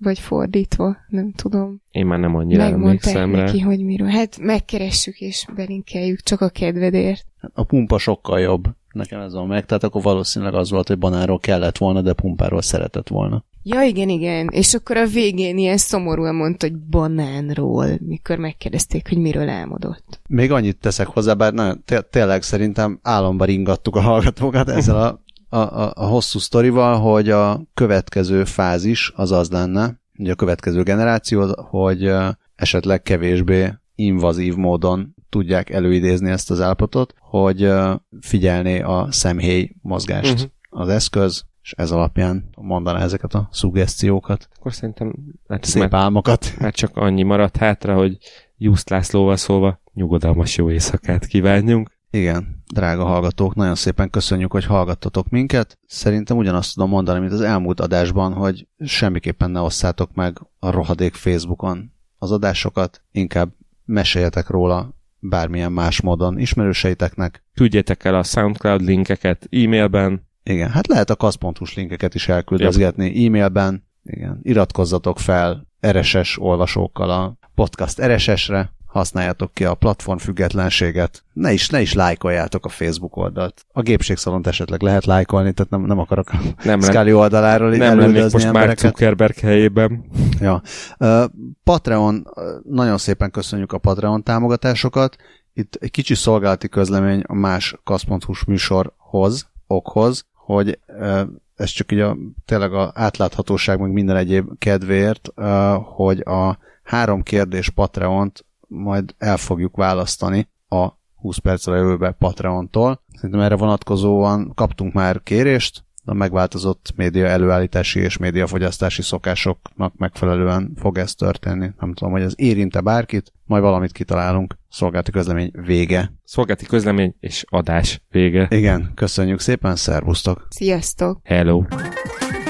vagy fordítva, nem tudom. Én már nem annyira emlékszem rá. Megmondták neki, hogy miről. Hát megkeressük és belinkeljük, csak a kedvedért. A pumpa sokkal jobb. Nekem ez van meg, tehát akkor valószínűleg az volt, hogy banánról kellett volna, de pumpáról szeretett volna. Ja, igen, igen. És akkor a végén ilyen szomorúan mondta, hogy banánról, mikor megkérdezték, hogy miről álmodott. Még annyit teszek hozzá, bár na, té- tényleg szerintem álomba ringattuk a hallgatókat ezzel a, a, a, a hosszú sztorival, hogy a következő fázis az az lenne, ugye a következő generáció, hogy esetleg kevésbé invazív módon tudják előidézni ezt az állapotot, hogy figyelné a szemhéj mozgást uh-huh. az eszköz, és ez alapján mondaná ezeket a szuggesztiókat. Akkor szerintem hát szép már, álmokat. Hát csak annyi maradt hátra, hogy Just Lászlóval szólva nyugodalmas jó éjszakát kívánjunk. Igen, drága hallgatók, nagyon szépen köszönjük, hogy hallgattatok minket. Szerintem ugyanazt tudom mondani, mint az elmúlt adásban, hogy semmiképpen ne osszátok meg a rohadék Facebookon az adásokat, inkább meséljetek róla bármilyen más módon ismerőseiteknek. Küldjétek el a SoundCloud linkeket e-mailben. Igen, hát lehet a kasz pont hu-s linkeket is elküldözgetni e-mailben. Igen, iratkozzatok fel er es es olvasókkal a podcast er es es-re, használjátok ki a platform függetlenséget. Ne is, ne is lájkoljátok a Facebook oldalt. A Gépségszalont esetleg lehet lájkolni, tehát nem, nem akarok a nem Scully oldaláról nem lennék most Mark Zuckerberg helyében. Ja. Uh, Patreon, nagyon szépen köszönjük a Patreon támogatásokat. Itt egy kicsi szolgálati közlemény a más kasz pont hu-s műsorhoz, okhoz, hogy uh, ez csak így a, tényleg az átláthatóság, meg minden egyéb kedvéért, uh, hogy a három kérdés Patreont majd el fogjuk választani a húsz percre jövőbe Patreontól. Szerintem erre vonatkozóan kaptunk már kérést, a megváltozott média előállítási és médiafogyasztási szokásoknak megfelelően fog ez történni. Nem tudom, hogy ez érinte bárkit, majd valamit kitalálunk. Szolgálati közlemény vége. Szolgálati közlemény és adás vége. Igen, köszönjük szépen, szervusztok! Sziasztok! Hello!